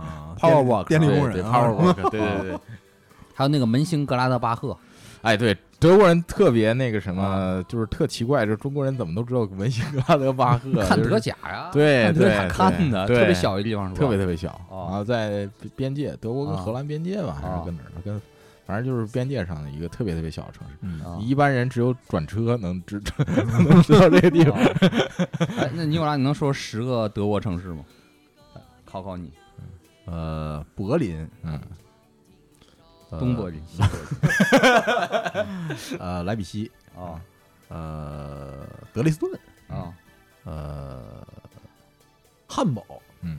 ，power work 电力工人 ，power work 对。 还有那个门兴格拉德巴赫。 哎，对， 德国人特别那个什么，就是特奇怪，就是中国人怎么都知道文辛格拉德巴赫， 看德甲呀， 对， 看德甲看的，特别小一地方是吧？ 特别特别小，然后在边界，德国跟荷兰边界吧，还是跟哪儿？跟反正就是边界上的一个特别特别小的城市，一般人只有转车能知道这个地方。 哎，那尼古拉，你能说10个德国城市吗？考考你。 柏林， 东柏林， 莱比锡啊， 德累斯顿啊， 汉堡，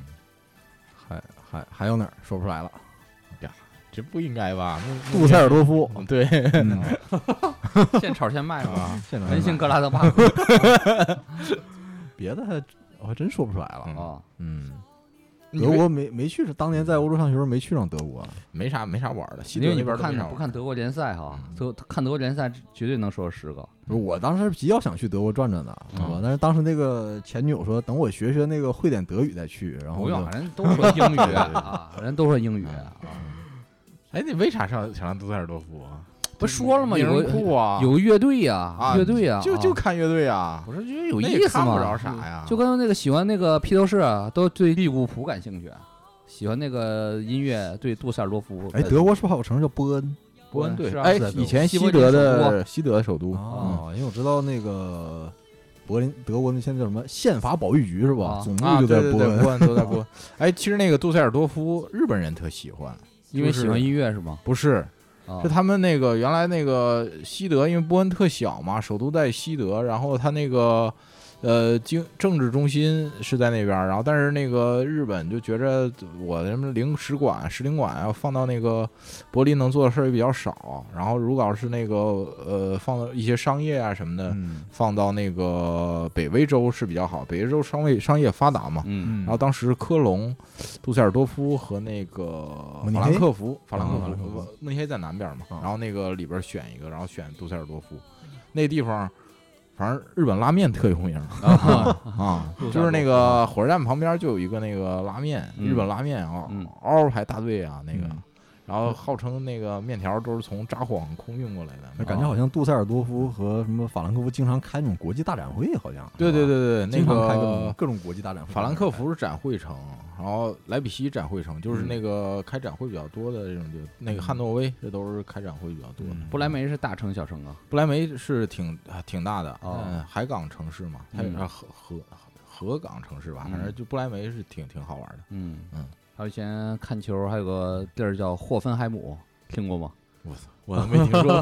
还有哪儿说不出来了呀？这不应该吧？ 杜塞尔多夫， 对， 现炒现卖啊， 文辛格拉德巴赫， 别的我还真说不出来了啊， 德国没去，当年在欧洲上学时候没去上德国， 没啥玩的。 因为你不看德国联赛哈，看德国联赛绝对能说10个。 我当时比较想去德国转转的，但是当时那个前女友说等我学那个会点德语再去，然后不用，人都说英语啊，人都说英语啊。 哎，你为啥想让杜塞尔多夫啊？ 不说了吗？有乐队呀，乐队呀， 就看乐队啊。 不是觉得有意思吗？ 看不着啥呀。 就跟那个喜欢那个披头士都对利物浦感兴趣，喜欢那个音乐对杜塞尔多夫。 哎，德国是不是还有城市叫波恩？ 波恩对， 哎， 以前西德的首都啊，因为我知道那个柏林，德国那现在叫什么宪法保育局是吧？总部就在波恩， 波恩都在波恩。哎，其实那个杜塞尔多夫日本人特喜欢， 因为喜欢音乐是吗？ 不是。是他们那个原来那个西德，因为波恩特小嘛，首都在西德，然后他那个政治中心是在那边，然后但是那个日本就觉着我什么使领馆要放到那个柏林能做的事儿也比较少，然后如果要是那个放到一些商业啊什么的，放到那个北威州是比较好，北威州商业发达嘛，然后当时科隆、杜塞尔多夫和那个法兰克福，慕尼黑在南边嘛，然后那个里边选一个，然后选杜塞尔多夫，那地方。反正日本拉面特有名就是那个火车站旁边就有一个那个拉面，日本拉面排大队啊那个，然后号称那个面条都是从札幌空运过来的， 感觉好像杜塞尔多夫和什么法兰克福经常开那种国际大展会，好像对，那个各种国际大展会。 法兰克福是展会城，然后莱比锡展会城，就是那个开展会比较多的这种，就那个汉诺威，这都是开展会比较多的。 不来梅是大城小城啊？ 不来梅是挺大的，海港城市嘛，它也是河港城市吧，反正就不来梅是挺好玩的。 还有以前看球，还有个地儿叫霍芬海姆，听过吗？ 我都没听说。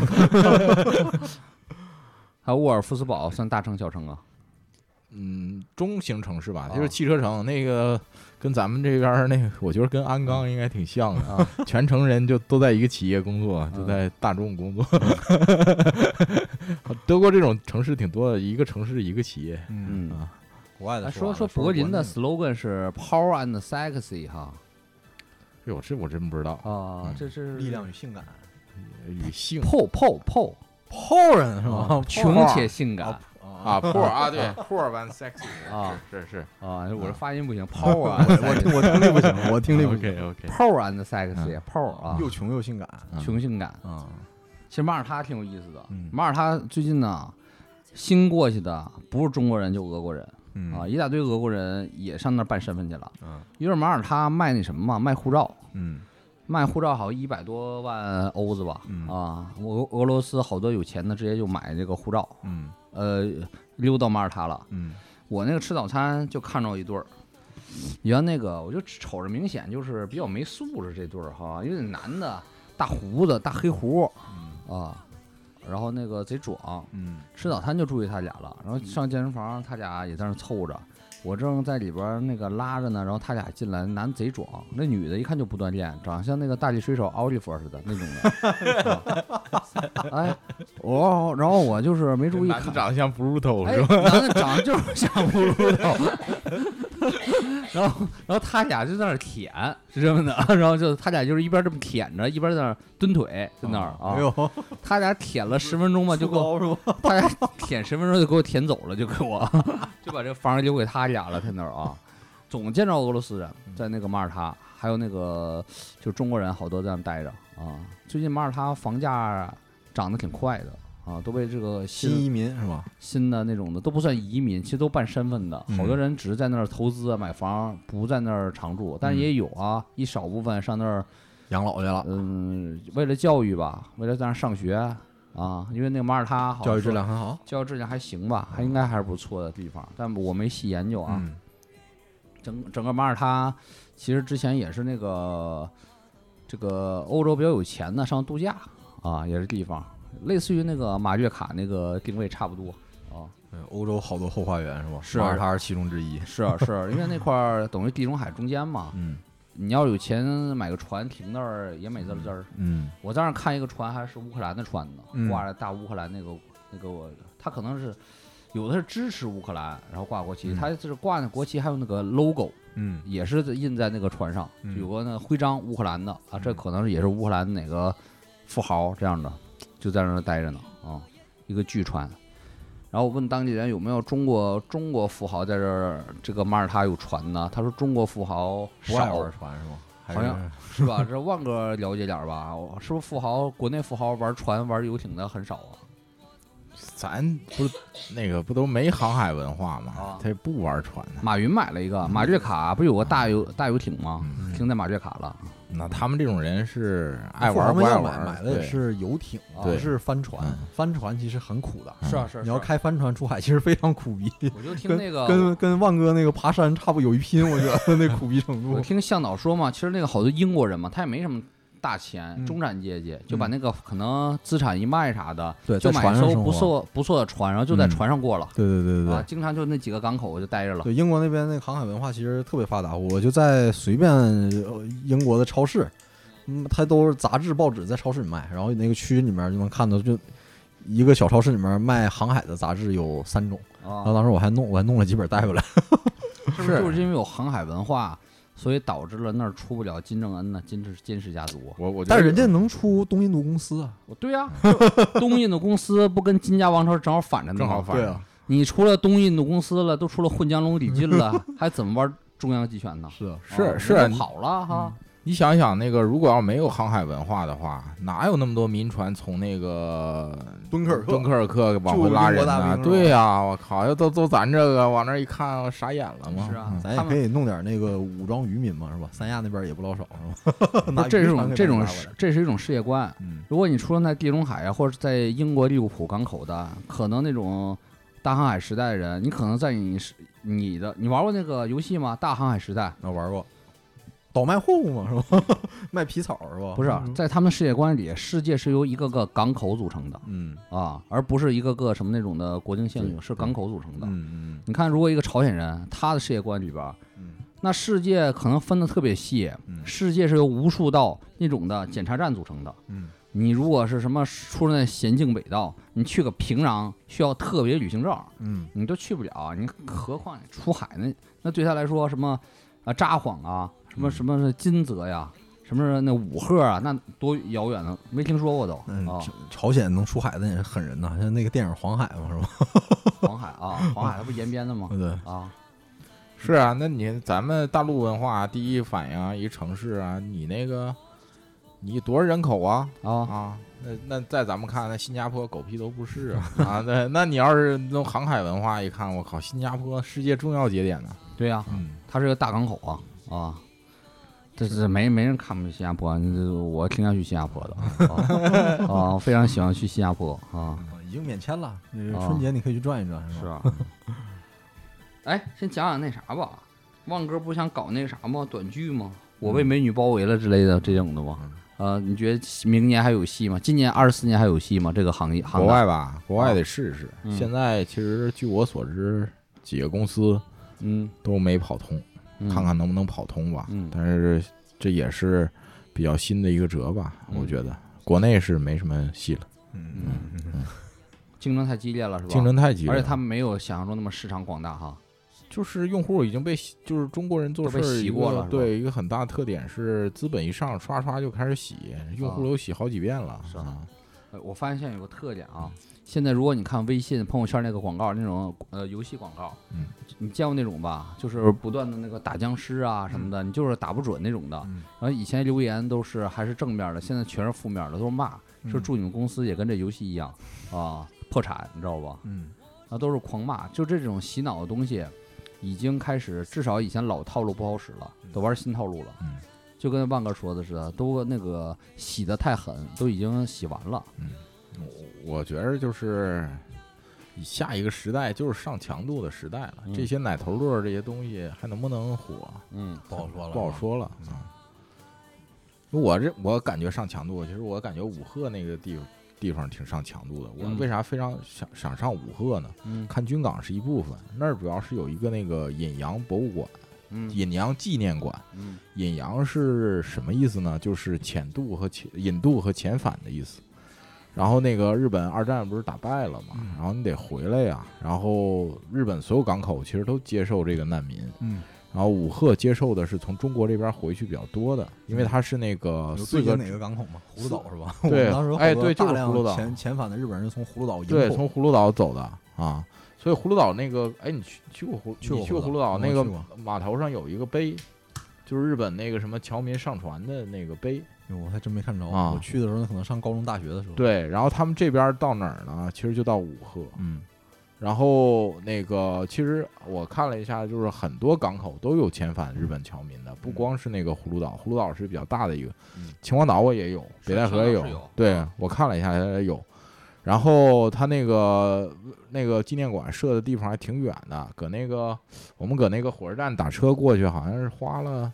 还有沃尔夫斯堡，算大城小城啊？ 中型城市吧，就是汽车城。那个跟咱们这边那个，我觉得跟鞍钢应该挺像的啊。全城人就都在一个企业工作，就在大众工作。德国这种城市挺多的，一个城市一个企业。 国外的说柏林的 slogan 是 Power and Sexy 哈。 哎呦，这我真不知道啊！这是力量与性感， 与性 ，Power 人是吗？ 穷且性感 ，Power 啊，对 ，Power and Sexy 啊，是啊，我这发音不行，Power， 我听力不行，我听力不行。 OK，Power and Sexy，Power 啊， 又穷又性感， 穷性感啊。其实马耳他挺有意思的，马耳他最近呢，新过去的不是中国人就俄国人。一大堆俄国人也上那儿办身份去了。因为马耳他卖那什么嘛，卖护照。卖护照好像100多万欧子吧。俄罗斯好多有钱的直接就买这个护照。溜到马耳他了。我那个吃早餐就看着一对儿，原那个我就瞅着明显就是比较没素质这对儿哈，因为男的大胡子大黑胡然后那个贼壮，吃早餐就注意他俩了，然后上健身房他俩也在那凑着，我正在里边那个拉着呢，然后他俩进来，男贼壮，那女的一看就不锻炼，长得像那个大力水手奥利弗似的那种的。哎，然后我就是没注意看， 男的长得像布鲁头是吧？ 男的长得就是像布鲁头。然后他俩就在那儿舔，是这么的，然后就他俩就是一边这么舔着，一边在那儿蹲腿，在那儿啊。他俩舔了10分钟吧，就给我，他俩舔10分钟就给我舔走了，就给我，就把这个房留给他俩了，在那儿啊。总见着俄罗斯人在那个马耳他，还有那个就中国人好多在那待着啊。最近马耳他房价涨得挺快的啊，都被这个新移民是吧？ 新的那种的都不算移民，其实都办身份的，好多人只是在那儿投资买房，不在那儿常住，但是也有啊，一少部分上那儿养老去了。 为了教育吧，为了在那儿上学啊，因为那个马耳他好教育质量很好， 教育质量还行吧，还应该还是不错的地方，但我没细研究啊。整个马耳他其实之前也是那个这个欧洲比较有钱的上度假啊，也是地方。类似于那个马略卡那个定位差不多啊， 欧洲好多后花园是吧？ 是， 马耳他是其中之一。 是因为那块儿等于地中海中间嘛。你要有钱买个船停那儿也美滋滋儿。我在那儿看一个船还是乌克兰的船呢，挂着大乌克兰那个，他可能是有的是支持乌克兰，然后挂国旗，他就是挂那国旗还有那个 logo，也是印在那个船上，有个那个徽章乌克兰的啊，这可能也是乌克兰哪个富豪这样的。就在那儿待着呢啊，一个巨船。然后我问当地人有没有中国富豪在这个马耳他有船呢？他说中国富豪少， 玩船是吗？ 好像是吧？这万哥了解点吧？是不是国内富豪玩船玩游艇的很少啊？ 咱不都没航海文化吗？他也不玩船呢。 马云买了一个马略卡，不是有个大游艇吗？停在马略卡了。 那他们这种人是爱玩不爱玩， 买的也是游艇，不是帆船。帆船其实很苦的， 是。 你要开帆船出海，其实非常苦逼。 我就听那个跟万哥那个爬山差不多有一拼，我觉得那苦逼程度。 我听向导说嘛，其实那个好多英国人嘛，他也没什么大钱，中产阶级就把那个可能资产一卖啥的，就买一艘不错的船，然后就在船上过了。 对啊，经常就那几个港口就待着了。 对，英国那边那个航海文化其实特别发达，我就在随便英国的超市，它都是杂志报纸在超市里卖，然后那个区里面就能看到，就一个小超市里面卖航海的杂志有3种，然后当时我还弄了几本带回来。 是不是就是因为有航海文化？所以导致了那儿出不了金正恩呢，金氏家族。 但是人家能出东印度公司啊。 对呀，东印度公司不跟金家王朝正好反着呢吗？ 正好反着。 对啊， 你除了东印度公司了，都出了混江龙李进了，还怎么玩中央集权呢？ 是跑了哈。 你想想，那个如果要没有航海文化的话，哪有那么多民船从那个敦刻尔克往回拉人呢？对呀，我靠，要都咱这个往那一看，傻眼了吗？ 是啊， 咱也可以弄点那个武装渔民嘛，是吧？三亚那边也不老少，是吧？ 这是一种世界观。如果你出生在地中海啊，或者在英国利物浦港口的，可能那种大航海时代的人，你可能在你玩过那个游戏吗？大航海时代？ 我玩过。倒卖货物嘛，是吧？卖皮草是吧？ 不是，在他们世界观里，世界是由一个个港口组成的，而不是一个个什么那种的国境线，是港口组成的。你看，如果一个朝鲜人，他的世界观里边，那世界可能分得特别细，世界是由无数道那种的检查站组成的。你如果是什么出了咸镜北道，你去个平壤需要特别旅行证，你都去不了，你何况你出海呢？那对他来说，什么札幌啊？什么金泽呀，什么那武赫啊，那多遥远呢？没听说过都。 朝鲜能出海的也是狠人呐，像那个电影《黄海》嘛，是吧？ 黄海啊，黄海它不延边的吗？ 对啊， 是啊，那咱们大陆文化第一反应一城市啊，你多少人口啊？那在咱们看，那新加坡狗屁都不是啊！对，那你要是弄航海文化一看，我靠，新加坡世界重要节点呢。 对呀，它是个大港口啊。这没人看不起新加坡，我挺想去新加坡的我非常喜欢去新加坡啊。 已经免签了，春节你可以去转一转， 是吧？哎，先讲讲那啥吧，旺哥不想搞那个啥吗？短剧吗？我被美女包围了之类的这种的吗？你觉得明年还有戏吗？今年24年还有戏吗？这个行业国外吧，国外得试试。现在其实据我所知，几个公司都没跑通。看看能不能跑通吧，但是这也是比较新的一个辙吧，我觉得国内是没什么戏了， 竞争太激烈了，是吧？ 竞争太激烈了， 而且他们没有想象中那么市场广大哈。 就是用户已经就是中国人做事洗过了， 对，一个很大的特点是资本一上刷刷就开始洗，用户都洗好几遍了， 是啊。 我发现现在有个特点啊，现在如果你看微信朋友圈那个广告，那种游戏广告，你见过那种吧？就是不断的那个打僵尸啊什么的，你就是打不准那种的。然后以前留言都是还是正面的，现在全是负面的，都是骂，说祝你们公司也跟这游戏一样啊破产，你知道吧？那都是狂骂，就这种洗脑的东西，已经开始，至少以前老套路不好使了，都玩新套路了。就跟万哥说的似的，都那个洗得太狠，都已经洗完了。 我觉得就是下一个时代就是上强度的时代了。这些奶头乐这些东西还能不能火？ 不好说了， 不好说了。我感觉上强度，其实我感觉武鹤那个地方挺上强度的。我为啥非常想上武鹤呢？看军港是一部分，那儿主要是有一个那个引阳博物馆。引阳纪念馆，引阳是什么意思呢？就是引渡和遣返的意思。然后那个日本二战不是打败了嘛，然后你得回来呀。然后日本所有港口其实都接受这个难民，然后武鹤接受的是从中国这边回去比较多的，因为它是那个 4个哪个港口嘛，葫芦岛是吧？ 对， 当时对，就是葫芦岛遣返的日本人从葫芦岛对，从葫芦岛走的啊。所以葫芦岛那个，你去过葫芦岛那个码头上有一个碑，就是日本那个什么侨民上船的那个碑。 我还真没看着啊！我去的时候可能上高中大学的时候。 对，然后他们这边到哪儿呢？其实就到武鹤。然后那个其实我看了一下，就是很多港口都有遣返日本侨民的，不光是那个葫芦岛，葫芦岛是比较大的一个，秦皇岛我也有，北戴河也有。对，我看了一下有。然后他那个纪念馆设的地方还挺远的，我们搁那个火车站打车过去，好像是花了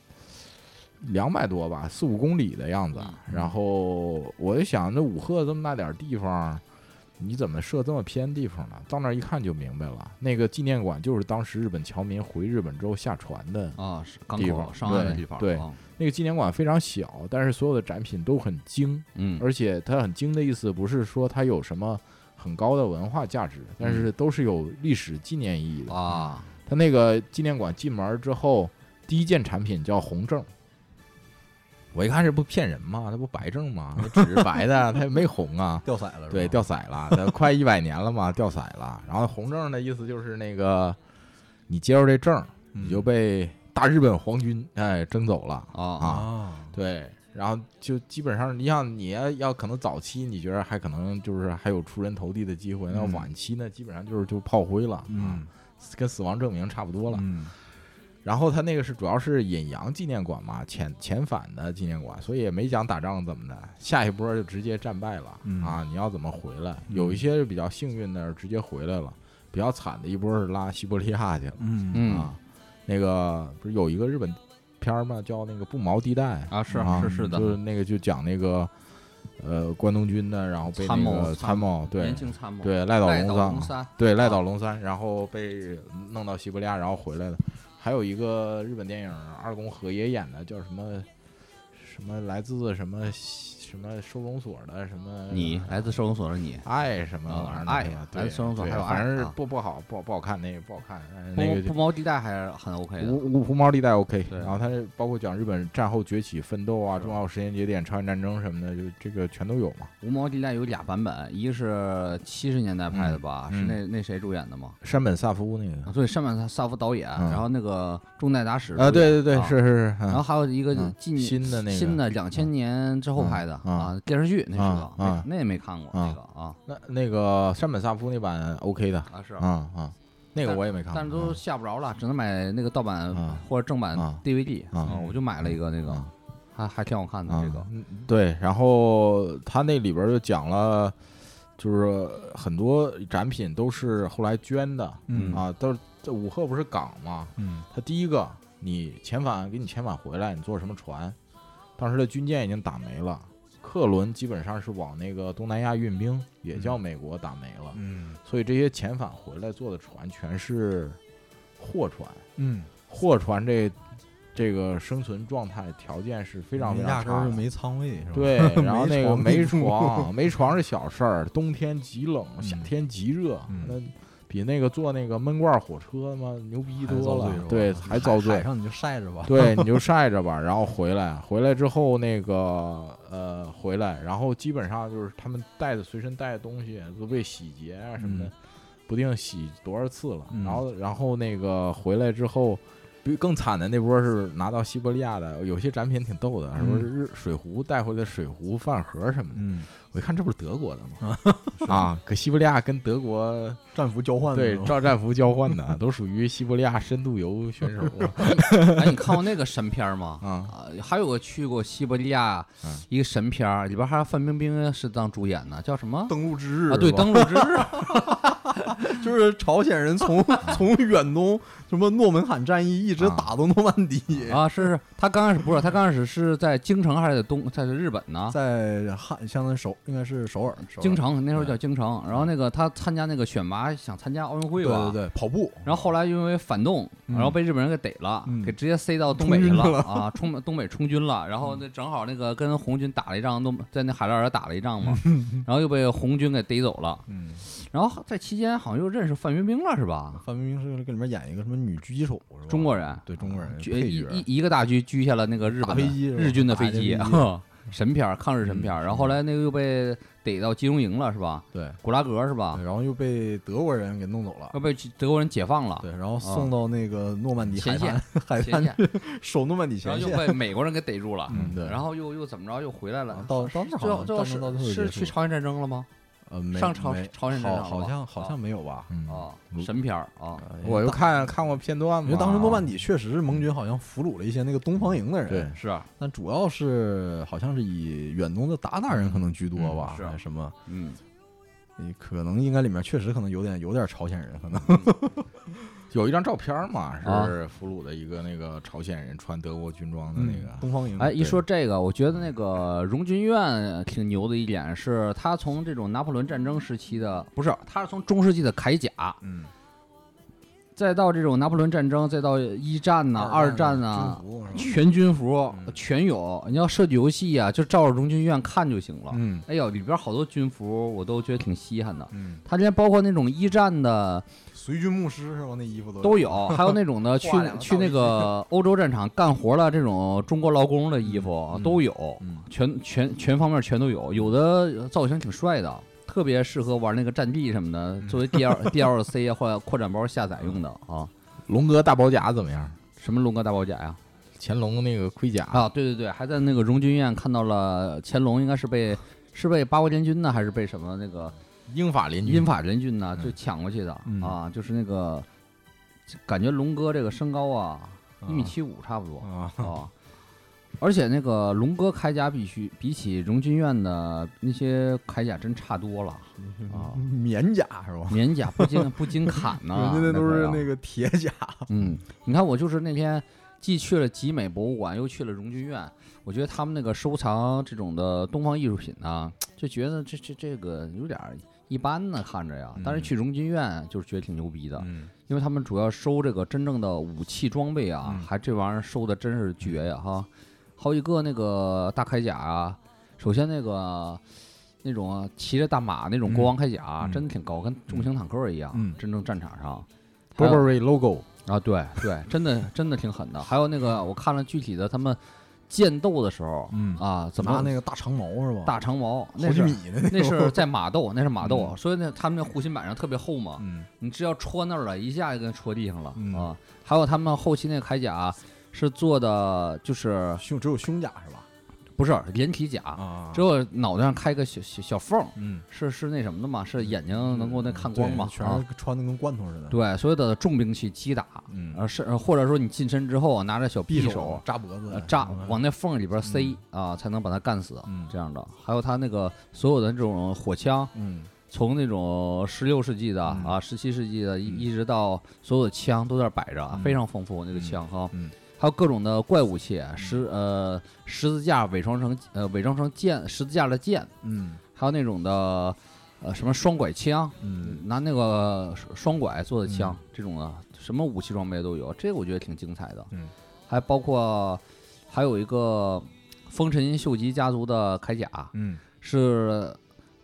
200多吧，4-5公里的样子。然后我就想，那武鹤这么大点地方，你怎么设这么偏地方呢？到那儿一看就明白了，那个纪念馆就是当时日本侨民回日本之后下船的地方， 上岸的地方。 对，那个纪念馆非常小，但是所有的展品都很精。而且它很精的意思不是说它有什么很高的文化价值，但是都是有历史纪念意义的啊。 它那个纪念馆进门之后，第一件产品叫红证。我一看这不骗人吗？它不白证吗？那纸是白的，它也没红啊， 掉色了。 对，掉色了，它快100年了嘛，掉色了。然后红证的意思就是那个你接受这证，你就被大日本皇军征走了对，然后就基本上，你要可能早期你觉得还可能就是还有出人头地的机会，那晚期呢基本上就炮灰了，跟死亡证明差不多了。然后他那个是主要是引阳纪念馆嘛，遣返的纪念馆，所以也没讲打仗怎么的，下一波就直接战败了你要怎么回来？有一些比较幸运的直接回来了，比较惨的一波是拉西伯利亚去了那个不是有一个日本片吗？叫那个不毛地带是的， 就是那个就讲那个关东军的，然后被那个参谋年轻参谋对赖岛龙三对赖岛龙三，然后被弄到西伯利亚，然后回来的。还有一个日本电影二宫和也演的，叫什么来自什么收容所的什么你来自收容所的你爱什么玩意儿爱来自收容所还有反正不好看，那个不好看。那个不毛地带还是很 OK 的， 无毛地带 OK。然后它包括讲日本战后崛起奋斗啊，重要时间节点、朝鲜战争什么的，就这个全都有嘛。 无毛地带有俩版本，一个是70年代拍的吧，是那谁主演的吗？ 山本萨夫那个， 对，山本萨夫导演，然后那个中代达史对，是。 然后还有一个新的 2000年之后拍的电视剧，那是个那也没看过那个那个山本萨夫那版 OK 的是那个我也没看过， 但是都下不着了，只能买那个盗版或者正版 DVD 我就买了一个那个，还挺好看的这个。 对，然后他那里边就讲了，就是很多展品都是后来捐的都是这武鹤不是港嘛，他第一个你给你遣返回来，你坐什么船？当时的军舰已经打没了，客轮基本上是往那个东南亚运兵，也叫美国打没了，所以这些遣返回来坐的船全是货船，货船这个生存状态条件是非常非常差的， 压根儿没舱位是吧？ 对，然后那个没床是小事儿，冬天极冷，夏天极热，那比那个坐那个闷罐火车嘛牛逼多了，对，还遭罪。 海上你就晒着吧， 对，你就晒着吧，然后回来之后那个回来，然后基本上就是他们随身带的东西都被洗劫啊什么的，不定洗多少次了。然后那个回来之后。更惨的那波是拿到西伯利亚的，有些展品挺逗的，什么水壶带回来水壶饭盒什么的。我一看这不是德国的吗？啊，可西伯利亚跟德国战俘交换的， 对，战俘交换的，都属于西伯利亚深度游选手。 哎，你看过那个神片吗？还有个去过西伯利亚一个神片，里边还有范冰冰是当主演的，叫什么？ 登陆之日啊，对，登陆之日。 就是朝鲜人从远东什么诺门罕战役一直打到诺曼底啊，是他刚开始不是，他刚开始是在京城还是在日本呢？ 在相当于应该是首尔京城，那时候叫京城。然后那个他参加那个选拔，想参加奥运会吧？ 对，跑步。 然后后来因为反动，然后被日本人给逮了，给直接塞到东北去了啊，东北充军了。然后那正好那个跟红军打了一仗，都在那海拉尔打了一仗嘛，然后又被红军给逮走了。然后在期间好像又认识范冰冰了，是吧？ 范冰冰是跟里面演一个什么女狙击手，是吧？ 中国人， 对，中国人一个大狙下了那个日军的飞机，神片，抗日神片。然后后来那个又被逮到集中营了，是吧？ 对， 古拉格是吧？ 然后又被德国人给弄走了， 又被德国人解放了。 对，然后送到那个诺曼底前线， 守诺曼底前线， 然后又被美国人给逮住了。 对， 然后又怎么着又回来了？ 到最后是去朝鲜战争了吗？上朝鲜战争好像没有吧？ 神片啊！ 我又看过片段嘛， 因为当时诺曼底确实是盟军好像俘虏了一些那个东方营的人， 对， 是啊， 但主要是好像是以远东的鞑靼人可能居多吧， 是什么？可能应该里面确实可能有点朝鲜人，可能有一张照片嘛，是俘虏的一个那个朝鲜人穿德国军装的那个东方营。 哎，一说这个，我觉得那个荣军院挺牛的一点是，他从这种拿破仑战争时期的，不是，他是从中世纪的铠甲，再到这种拿破仑战争，再到一战呐、二战呐，全军服全有。你要设计游戏啊，就照着荣军院看就行了。哎呦，里边好多军服我都觉得挺稀罕的。他这边包括那种一战的随军牧师是吧？那衣服都有，还有那种的去那个欧洲战场干活的这种中国劳工的衣服都有，全方面全都有。有的造型挺帅的。特别适合玩那个战地什么的，作为 DLC 啊或者扩展包下载用的啊。 龙哥大宝甲怎么样？ 什么龙哥大宝甲呀？ 乾隆那个盔甲啊，对，还在那个荣军院看到了乾隆，应该是被八国联军呢，还是被什么那个英法联军呢就抢过去的啊？就是那个感觉龙哥这个身高啊1.75米差不多啊。而且那个龙哥铠甲比起荣军院的那些铠甲真差多了啊！ 棉甲是吧？ 棉甲不经砍呢， 人家那都是那个铁甲。 你看我就是那天既去了集美博物馆，又去了荣军院，我觉得他们那个收藏这种的东方艺术品呢，就觉得这个有点一般呢，看着呀。但是去荣军院就是觉得挺牛逼的，因为他们主要收这个真正的武器装备啊，还这玩意儿收的真是绝呀哈！好几个那个大铠甲啊，首先那种骑着大马那种国王铠甲，真的挺高，跟重型坦克一样。真正战场上 ，Burberry logo 啊，对，真的挺狠的。还有那个我看了具体的他们剑斗的时候，怎么拿那个大长矛是吧？ 大长矛， 好几米的那是在马斗，那是马斗，所以呢，他们那护心板上特别厚嘛，你只要戳那儿了，一下就跟戳地上了啊。还有他们后期那个铠甲。是做的就是只有胸甲是吧？ 不是连体甲只有脑袋上开个小缝，是那什么的嘛？是眼睛能够看光嘛？ 全是穿的跟罐头似的。 对，所有的重兵器击打，或者说你近身之后拿着小匕首扎脖子， 往那缝里边塞才能把他干死，这样的。还有他那个所有的这种火枪，从那种16世纪的17世纪的一直到所有的枪都在那摆着，非常丰富那个枪哈。还有各种的怪武器，十字架伪装成剑，十字架的剑，还有那种的什么双拐枪，拿那个双拐做的枪，这种的什么武器装备都有，这个我觉得挺精彩的。还包括还有一个丰臣秀吉家族的铠甲，是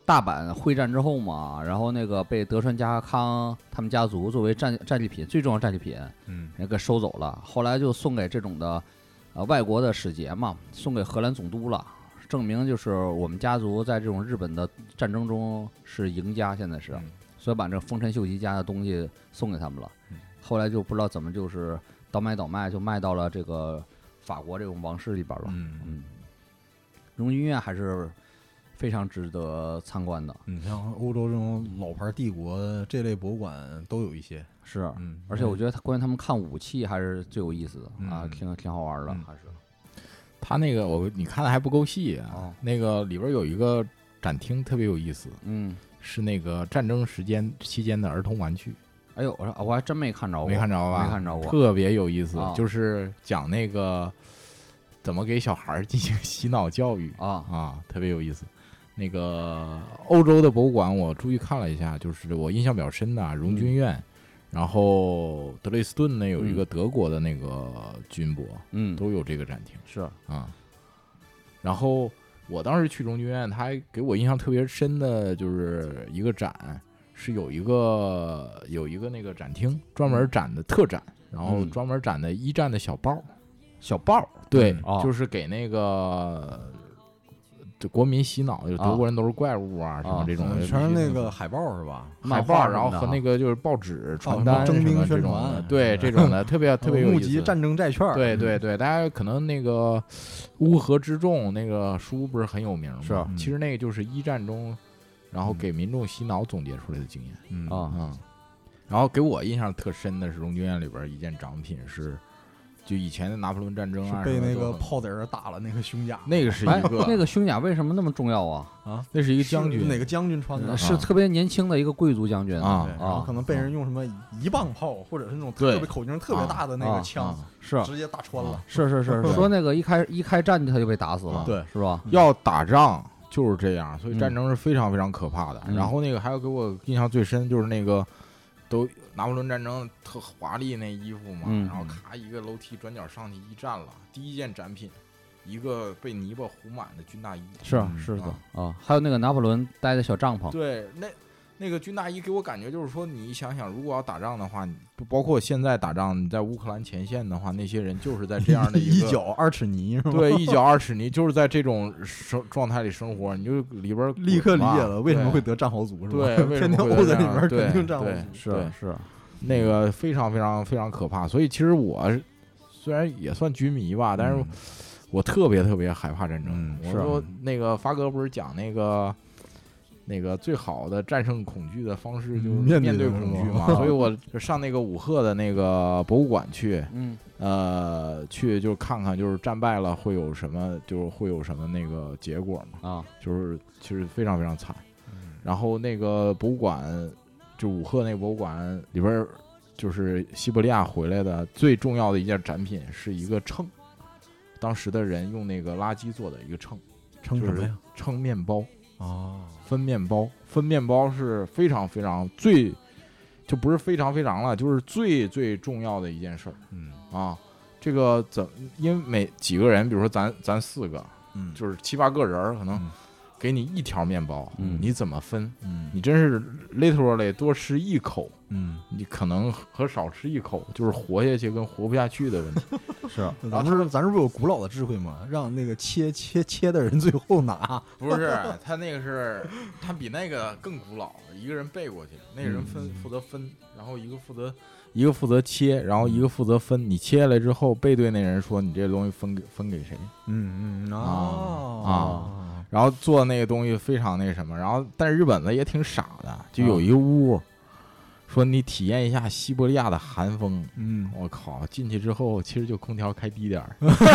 大阪会战之后嘛，然后那个被德川家康他们家族作为战利品，最重要战利品，那个收走了。后来就送给这种的，外国的使节嘛，送给荷兰总督了，证明就是我们家族在这种日本的战争中是赢家，现在是，所以把这丰臣秀吉家的东西送给他们了。后来就不知道怎么就是倒卖，就卖到了这个法国这种王室里边了。荣军院还是非常值得参观的。 像欧洲这种老牌帝国这类博物馆都有一些， 是，而且我觉得关于他们看武器还是最有意思的啊，挺好玩的，还是。 他那个你看的还不够细啊，那个里边有一个展厅特别有意思，是那个战争期间的儿童玩具。 哎呦，我还真没看着过， 没看着吧？ 没看着过， 特别有意思，就是讲那个怎么给小孩进行洗脑教育特别有意思。那个欧洲的博物馆我注意看了一下，就是我印象比较深的荣军院，然后德累斯顿呢有一个德国的那个军博，都有这个展厅， 是啊。 然后我当时去荣军院，他还给我印象特别深的就是一个展。是有一个那个展厅专门展的特展，然后专门展的一战的小报，对，就是给那个国民洗脑，就德国人都是怪物啊什么这种的， 全是那个海报是吧？ 海报，然后和那个就是报纸、传单、 征兵宣传，对这种的特别有意思。 募集战争债券， 对，大家可能那个乌合之众那个书不是很有名吗？ 是， 其实那个就是一战中。然后给民众洗脑总结出来的经验，然后给我印象特深的是荣军院里边一件奖品是，就以前的拿破仑战争啊， 被那个炮子打了那个胸甲， 那个是一个那个胸甲为什么那么重要啊？ 那是一个将军， 哪个将军穿的？ 是特别年轻的一个贵族将军啊，然后可能被人用什么1磅炮，或者是那种特别口径特别大的那个枪， 是直接打穿了。 是，说那个一开战他就被打死了， 对， 是吧？ 要打仗。就是这样，所以战争是非常非常可怕的。然后那个还有给我印象最深就是那个，都拿破仑战争特华丽那衣服嘛，然后咔一个楼梯转角上去一站了，第一件展品，一个被泥巴糊满的军大衣。 是的啊，还有那个拿破仑待的小帐篷。 对，那个军大衣给我感觉就是说，你想想，如果要打仗的话，包括现在打仗，你在乌克兰前线的话，那些人就是在这样的一脚2尺泥，是吧？ 对，一脚2尺泥，就是在这种状态里生活，你就里边立刻理解了为什么会得战壕族，是吧？ 对， 天天沤在里边肯定战壕族， 是那个非常非常非常可怕。所以其实我虽然也算军迷吧，但是我特别特别害怕战争。我说那个发哥不是讲那个最好的战胜恐惧的方式就是面对恐惧嘛，所以我就上那个武赫的那个博物馆去，去就看看就是战败了会有什么，就是会有什么那个结果嘛，就是其实非常非常惨。然后那个博物馆就武赫那个博物馆里边，就是西伯利亚回来的最重要的一件展品是一个秤，当时的人用那个垃圾做的一个秤， 称什么呀？ 称面包。分面包是非常非常就不是非常非常了，就是最最重要的一件事儿。这个因为每几个人，比如说咱4个，就是7、8个人，可能给你1条面包，你怎么分？你真是 literally 多吃1口，你可能和少吃1口，就是活下去跟活不下去的问题。 是，咱是不是有古老的智慧嘛？让那个切的人最后拿？ 不是，他那个是他比那个更古老，一个人背过去，那个人负责分，然后一个负责切，然后一个负责分。你切下来之后，背对那人说你这东西分给谁？然后做那个东西非常那什么，然后但是日本子也挺傻的，就有一个屋。说你体验一下西伯利亚的寒风，我靠，进去之后其实就空调开低点儿，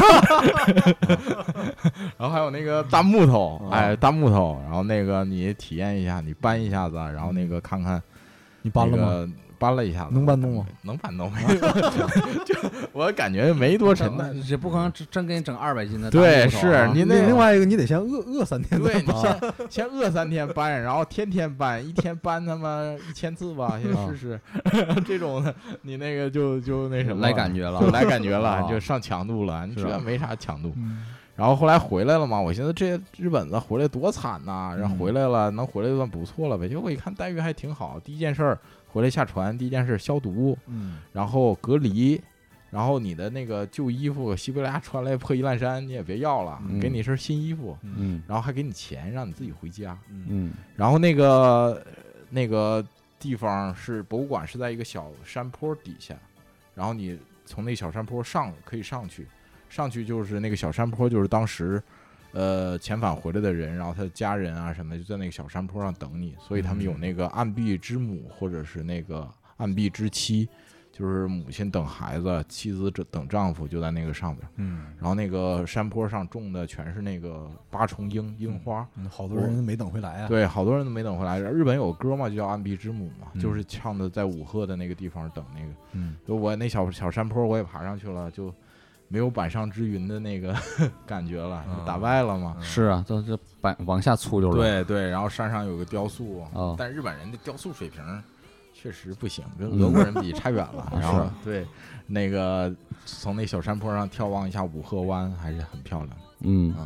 然后还有那个大木头，然后那个你体验一下，你搬一下子，然后那个看看你搬了吗？ 搬了一下子， 能搬动吗？ 能搬动，就我感觉没多沉的， 这不可能真给你整200斤的。 对，是你那另外一个你得先饿3天， 对，你先饿3天搬，然后天天搬，一天搬他妈1000次吧，先试试这种的，你那个就那什么来感觉了， 就来感觉了，就上强度了，你这没啥强度。 然后后来回来了嘛，我寻思这日本子回来多惨呐，然后回来了能回来就算不错了呗。结果我一看待遇还挺好，第一件事回来下船，第一件事消毒，然后隔离。然后你的那个旧衣服，西伯利亚穿来破衣烂衫，你也别要了，给你一身新衣服，然后还给你钱，让你自己回家，然后那个地方是博物馆，是在一个小山坡底下，然后你从那小山坡可以上去就是那个小山坡，就是当时遣返回来的人，然后他的家人啊什么的就在那个小山坡上等你，所以他们有那个岸壁之母或者是那个岸壁之妻。就是母亲等孩子，妻子等丈夫，就在那个上边。然后那个山坡上种的全是那个八重樱花， 好多人没等回来啊。 对，好多人都没等回来。日本有歌嘛，就叫《岸壁之母》嘛，就是唱的在武赫的那个地方等那个。就我那小山坡我也爬上去了，就没有板上之云的那个感觉了，打败了嘛。 是啊，都往下粗溜了。 对对，然后山上有个雕塑，但日本人的雕塑水平。确实不行，跟俄国人比差远了。然后对，那个从那小山坡上眺望一下武赫湾，还是很漂亮。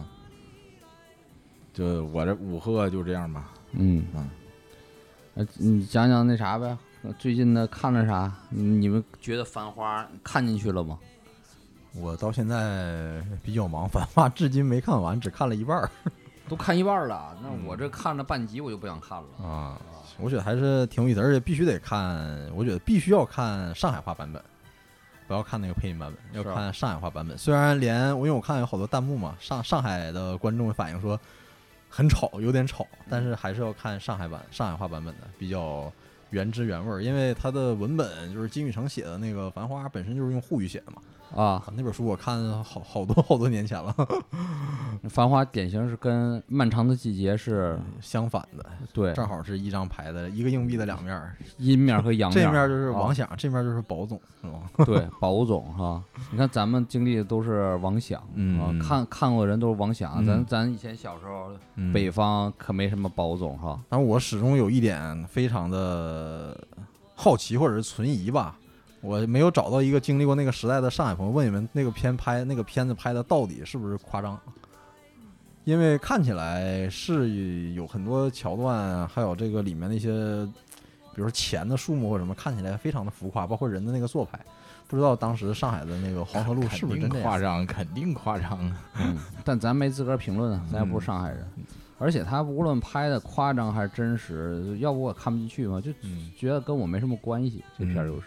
就我这武赫就这样吧。 你讲讲那啥呗，最近的看了啥？你们觉得《繁花》看进去了吗？ 我到现在比较忙，《繁花》至今没看完，只看了一半。 都看一半了，那我这看了半集，我就不想看了啊。我觉得还是挺有意思，而且必须得看，我觉得必须要看上海话版本，不要看那个配音版本，要看上海话版本。虽然因为我看有好多弹幕嘛，上海的观众反映说很吵，有点吵，但是还是要看上海话版本的，比较原汁原味。因为它的文本就是金宇澄写的那个《繁花》，本身就是用沪语写的嘛。那本书我看好多年前了。 繁花典型是跟漫长的季节是相反的， 对， 正好是一张牌的一个硬币的两面， 阴面和阳面， 这面就是王想，这面就是宝总，是吧？ 对，宝总哈，你看咱们经历的都是王想，看过的人都是王想，咱以前小时候，北方可没什么宝总哈。 但我始终有一点非常的好奇或者是存疑吧。我没有找到一个经历过那个时代的上海朋友，问你们那个片子拍的到底是不是夸张？因为看起来是有很多桥段，还有这个里面那些，比如说钱的数目或者什么，看起来非常的浮夸，包括人的那个做派。不知道当时上海的那个黄河路是不是真这样？ 夸张，肯定夸张。 但咱没资格评论啊，咱也不是上海人。而且他无论拍的夸张还是真实，要不我看不进去嘛，就觉得跟我没什么关系。这片就是，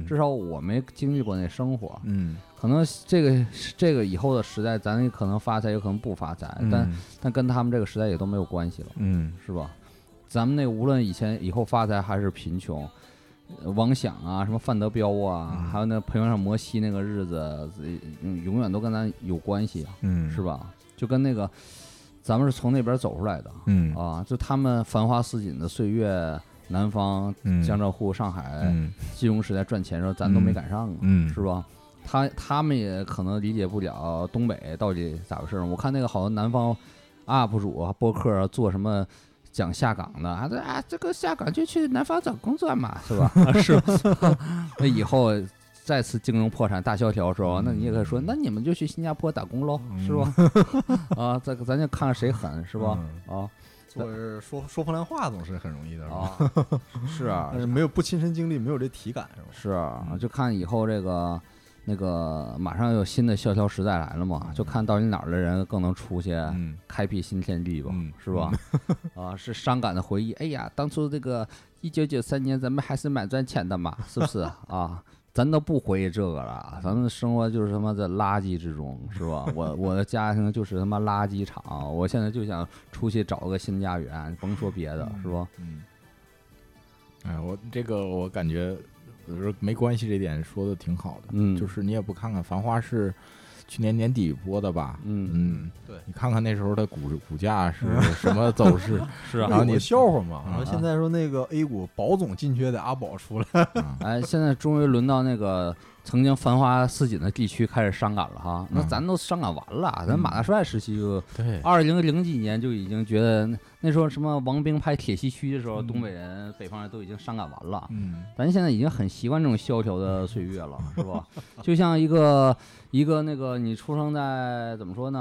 至少我没经历过那生活。可能这个以后的时代，咱也可能发财，有可能不发财，但跟他们这个时代也都没有关系了，是吧？咱们那个无论以后发财还是贫穷，王想啊，什么范德彪啊，还有那培养上摩西那个日子，永远都跟咱有关系，是吧？就跟那个。咱们是从那边走出来的，就他们繁花似锦的岁月，南方、江浙沪、上海金融时代赚钱的时候，咱都没赶上啊，是吧？他们也可能理解不了东北到底咋回事。我看那个好多南方 UP 主播客做什么讲下岗的这个下岗就去南方找工作嘛，是吧？是，那以后。再次金融破产大萧条的时候，那你也可以说，那你们就去新加坡打工喽，是吧？咱就看看谁狠，是吧？ 说风凉话总是很容易的， 是啊， 但是没有不亲身经历，没有这体感，是吧？ 是啊，就看以后那个马上有新的萧条时代来了嘛，就看到底哪儿的人更能出去开辟新天地吧，是吧？是伤感的回忆。哎呀，当初这个1993年咱们还是蛮赚钱的嘛，是不是啊？咱都不回忆这个了，咱们生活就是他妈在垃圾之中，是吧？我的家庭就是他妈垃圾场，我现在就想出去找个新家园，甭说别的，是吧？ 我感觉没关系，这点说的挺好的，就是你也不看看《繁花》是去年年底播的吧？ 对， 你看看那时候的股价是什么走势？ 是啊， 然后你笑话嘛，说现在说那个 A 股保总进去得阿宝出来， 现在终于轮到那个曾经繁花似锦的地区开始伤感了哈。那咱都伤感完了，咱马大帅时期就对 2000几年就已经觉得那时候什么王兵拍铁西区的时候，东北人、北方人都已经伤感完了。咱现在已经很习惯这种萧条的岁月了，是吧？就像一个那个你出生在怎么说呢？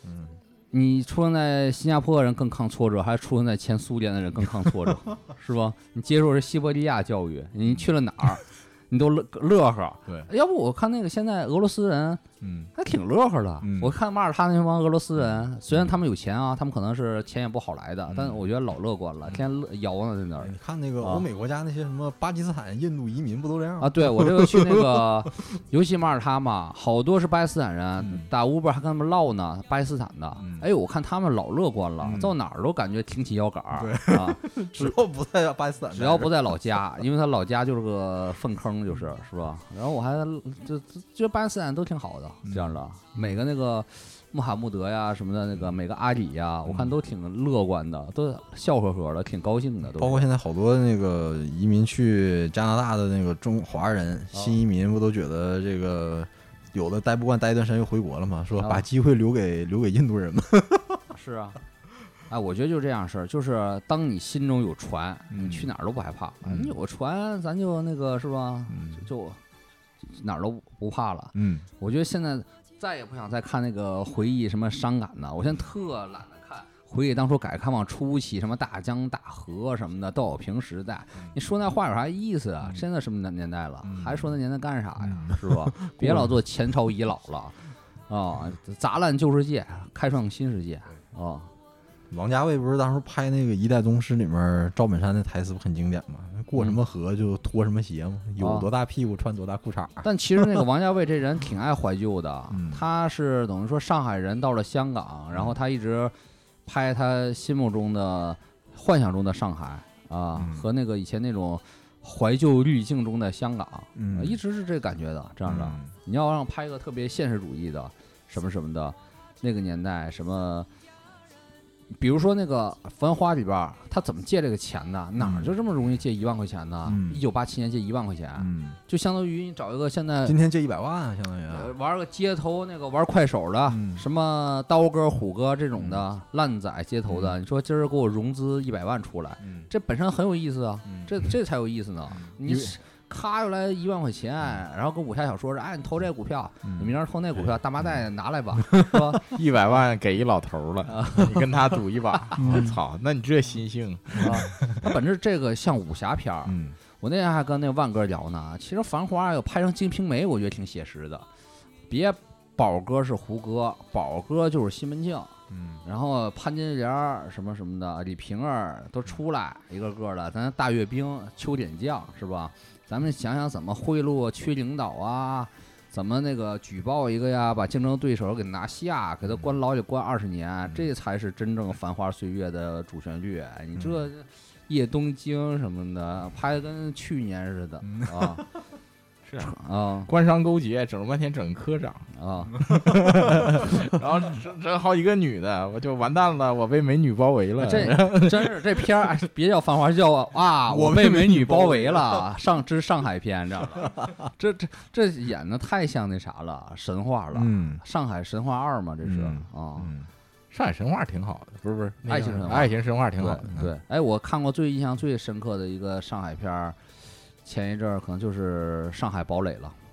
你出生在新加坡的人更抗挫折，还是出生在前苏联的人更抗挫折，是吧？你接受是西伯利亚教育，你去了哪儿，你都乐呵。 对， 要不我看那个现在俄罗斯人，还挺乐呵的。我看马耳他那帮俄罗斯人，虽然他们有钱啊，他们可能是钱也不好来的，但我觉得老乐观了，天天摇呢在那儿。 你看那个欧美国家那些什么巴基斯坦、印度移民不都这样啊？对，我这个去那个，尤其马耳他嘛，好多是巴基斯坦人，打 Uber 还跟他们唠呢，巴基斯坦的。哎呦，我看他们老乐观了，到哪儿都感觉挺起腰杆儿啊。 只要不在巴基斯坦， 只要不在老家，因为他老家就是个粪坑，是吧？然后我还就巴基斯坦都挺好的，这样的每个那个穆罕默德呀什么的，那个每个阿里呀，我看都挺乐观的，都笑呵呵的，挺高兴的。 包括现在好多那个移民去加拿大的那个中华人新移民，不都觉得这个有的待不惯，待一段时间又回国了嘛？说把机会留给印度人嘛。 是啊。哎，我觉得就这样事儿，就是当你心中有船，你去哪儿都不害怕。你有个船，咱就那个是吧？就哪儿都不怕了。我觉得现在再也不想再看那个回忆什么伤感的，我现在特懒得看回忆当初改革开放初期什么大江大河什么的，邓小平时代，你说那话有啥意思啊？现在什么年代了，还说那年代干啥呀？是吧？别老做前朝遗老了啊！砸烂旧世界，开创新世界啊！ 王家卫不是当时拍那个《一代宗师》里面赵本山的台词不很经典吗？过什么河就脱什么鞋嘛，有多大屁股穿多大裤衩。 但其实那个王家卫这人挺爱怀旧的，他是等于说上海人到了香港，然后他一直拍他心目中的幻想中的上海啊，和那个以前那种怀旧滤镜中的香港，一直是这个感觉的。这样的，你要让拍一个特别现实主义的什么什么的，那个年代什么。比如说那个《繁花》里边，他怎么借这个钱呢？哪儿就这么容易借1万块钱呢？1987年借1万块钱，就相当于你找一个现在今天借100万啊，相当于玩个街头那个玩快手的，什么刀哥、虎哥这种的烂仔街头的，你说今儿给我融资100万出来，这本身很有意思啊，这才有意思呢。你咔又来1万块钱，然后跟武侠小说是，哎，你投这股票，你明儿投那股票，大麻袋拿来吧，是吧 ？100万给一老头了，你跟他赌一把，我操，那你这心性啊！它本质这个像武侠片儿，我那天还跟那个万哥聊呢。其实《繁花》有拍成《金瓶梅》，我觉得挺写实的。别宝哥是胡歌，宝哥就是西门庆，然后潘金莲什么什么的，李瓶儿都出来一个个的，咱大阅兵、秋点将是吧？咱们想想怎么贿赂区领导啊，怎么那个举报一个呀，把竞争对手给拿下，给他关牢里关20年，这才是真正繁花岁月的主旋律。你这夜东京什么的，拍的跟去年似的啊。 是啊，官商勾结，整了半天整科长啊， 然后整好几个女的，我就完蛋了，我被美女包围了。 这真是这片儿别叫繁花，叫啊，我被美女包围了。上海片，这样的，这演的太像那啥了，神话了。上海神话2嘛，这是啊。 上海神话挺好的，不是爱情神话， 爱情神话挺好的。 对，哎，我看过最印象最深刻的一个上海片儿。前一阵儿可能就是《上海堡垒》了，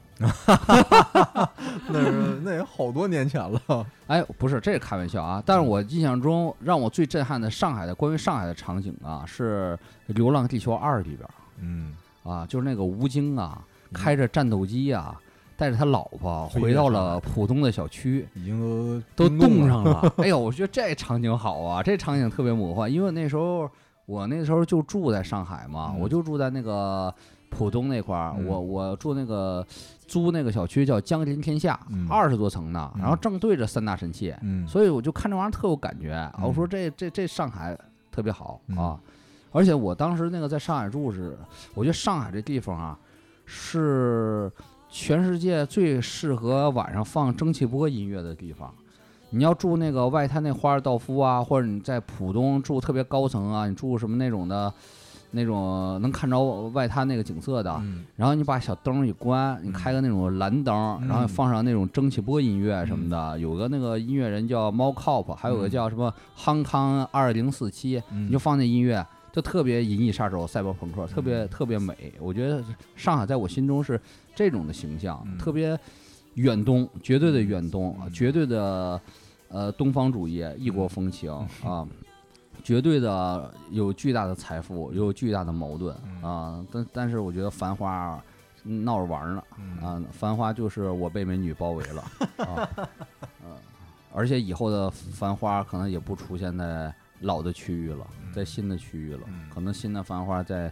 那也好多年前了。 哎，不是，这是开玩笑啊！但是我印象中让我最震撼的上海的关于上海的场景啊，是《流浪地球2》里边，就是那个吴京啊，开着战斗机啊，带着他老婆回到了浦东的小区， 已经都冻上了。哎呦，我觉得这场景好啊，这场景特别魔幻，因为我那时候就住在上海嘛，我就住在那个浦东那块儿，我住那个租那个小区叫江临天下，20多层呢，然后正对着3大神器，所以我就看这玩意儿特有感觉。我说这上海特别好啊，而且我当时那个在上海住是，我觉得上海这地方啊是全世界最适合晚上放蒸汽波音乐的地方。你要住那个外滩那华尔道夫啊，或者你在浦东住特别高层啊，你住什么那种的，那种能看着外滩那个景色的，然后你把小灯一关，你开个那种蓝灯，然后放上那种蒸汽波音乐什么的，有个那个音乐人叫猫 cop， 还有个叫什么康康2047，你就放那音乐，就特别银翼杀手、赛博朋克，特别美。我觉得上海在我心中是这种的形象，特别远东，绝对的远东，绝对的东方主义、异国风情啊，绝对的有巨大的财富，有巨大的矛盾啊。但是我觉得《繁花》闹着玩呢啊，《繁花》就是我被美女包围了啊，而且以后的《繁花》可能也不出现在老的区域了，在新的区域了，可能新的《繁花》在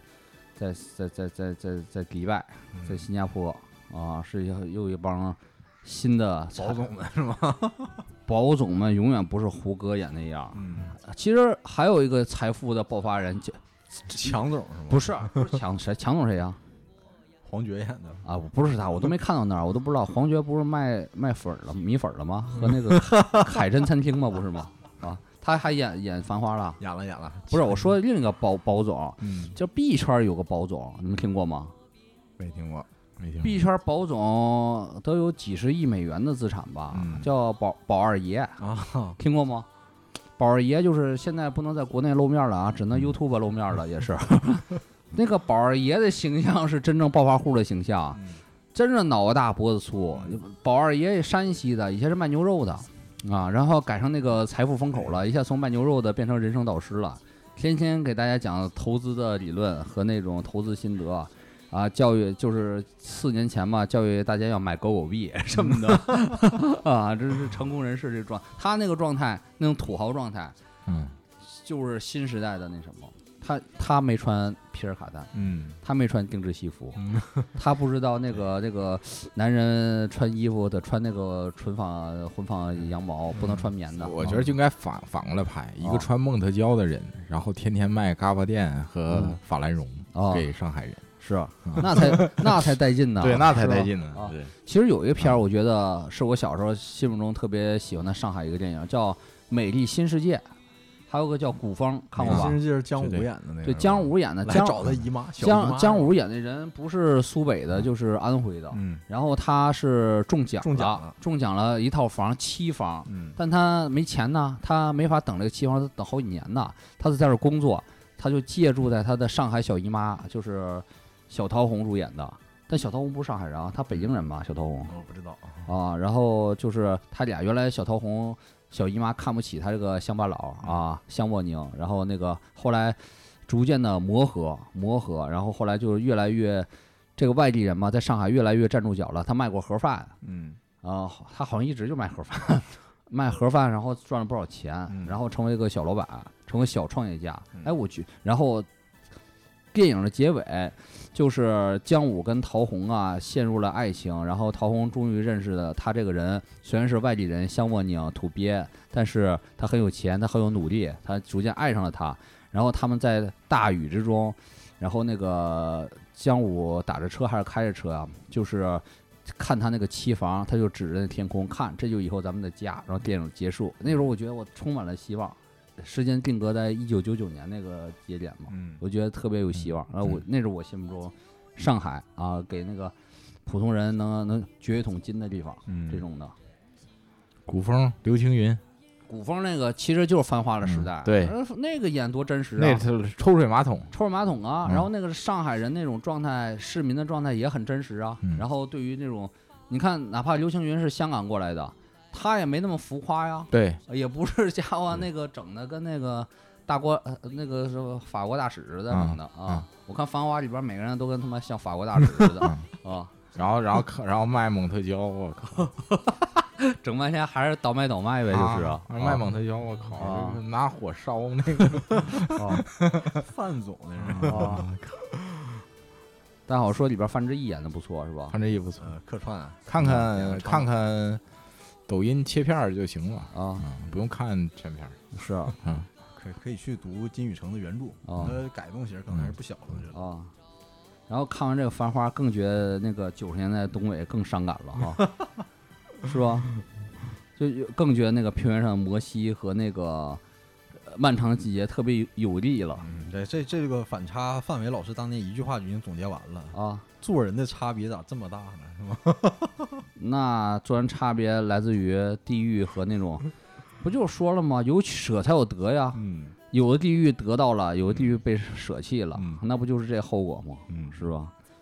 迪拜，在新加坡啊，是又一帮新的宝总们是吗？ 宝总们永远不是胡歌演那样。其实还有一个财富的爆发人， 强总是吗？ 不是强总谁呀？ 黄觉演的啊，不是他，我都没看到那儿，我都不知道。黄觉不是卖粉了米粉了吗？和那个海珍餐厅吗？不是吗？啊，他还演繁花了， 演了。 不是，我说另一个宝总，叫币圈有个宝总，你们听过吗？ 没听过。 币圈宝总都有几十亿美元的资产吧，叫宝二爷啊，听过吗？宝二爷就是现在不能在国内露面了啊，只能 YouTube 露面了，也是。那个宝二爷的形象是真正暴发户的形象，真正脑袋大脖子粗。宝二爷也山西的，以前是卖牛肉的啊，然后改成那个财富风口了，一下从卖牛肉的变成人生导师了，天天给大家讲投资的理论和那种投资心得啊，教育就是4年前嘛，教育大家要买狗币什么的啊，这是成功人士这状，他那个状态，那种土豪状态，就是新时代的那什么。他没穿皮尔卡丹，他没穿定制西服，他不知道那个男人穿衣服得穿那个混纺羊毛，不能穿棉的。 我觉得就应该反过来拍，一个穿梦特娇的人，然后天天卖嘎巴店和法兰绒给上海人， 是那才带劲呢。 对，那才带劲呢。对， 其实有一个片儿，我觉得是我小时候心目中特别喜欢的上海一个电影，叫《美丽新世界》。还有个叫古风，看过吧？ 新世界是姜武演的那个。 对，姜武演的。 来找他姨妈。 姜武演的人不是苏北的，就是安徽的。然后他是中奖了一套房7房，但他没钱呢，他没法等这个7房，他等好几年呢。他是在这工作，他就借住在他的上海小姨妈，就是小桃红主演的。但小桃红不是上海人啊，他北京人吧？小桃红我不知道啊。然后就是他俩原来小桃红。小姨妈看不起他这个乡巴佬啊，乡沃宁，然后那个后来逐渐的磨合，然后后来就是越来越这个外地人嘛，在上海越来越站住脚了。他卖过盒饭，他好像一直就卖盒饭，然后赚了不少钱，然后成为一个小老板，成为小创业家。哎，我去，然后电影的结尾就是姜武跟陶虹啊陷入了爱情，然后陶虹终于认识了他这个人，虽然是外地人乡沃宁土鳖，但是他很有钱，他很有努力，他逐渐爱上了他。然后他们在大雨之中，然后那个姜武打着车还是开着车啊，就是看他那个7房，他就指着天空看，这就以后咱们的家。然后电影结束，那时候我觉得我充满了希望。时间定格在1999年那个节点嘛，我觉得特别有希望。然后那是我心目中上海啊，给那个普通人能掘一桶金的地方，这种的。 古风刘青云， 古风那个其实就是繁华的时代， 对， 那个演多真实啊， 那是抽水马桶啊，然后那个上海人那种状态，市民的状态也很真实啊。然后对于那种，你看，哪怕刘青云是香港过来的。他也没那么浮夸呀， 对， 也不是家伙那个整的跟那个大国那个是法国大使似的整的啊。我看《繁华》里边每个人都跟他妈像法国大使似的啊。 然后卖蒙特娇，我靠， 整半天还是倒卖呗，就是卖蒙特娇，我靠，拿火烧那个范总那是啊。 但好说里边范志毅演的不错是吧？ 范志毅不错， 客串看看。抖音切片就行了啊，不用看全片。 是啊， 可以去读金宇澄的原著啊，改动型可能还是不小的啊。然后看完这个《繁花》，更觉得那个90年代东北更伤感了哈，是吧？就更觉得那个平原上的摩西和那个漫长的季节特别有力了。 对，这个反差，范伟老师当年一句话就已经总结完了啊。 做人的差别咋这么大呢？是吗？ 那做人差别来自于地域和那种，不就说了吗？有舍才有得呀。有的地域得到了，有的地域被舍弃了，那不就是这后果吗？是吧？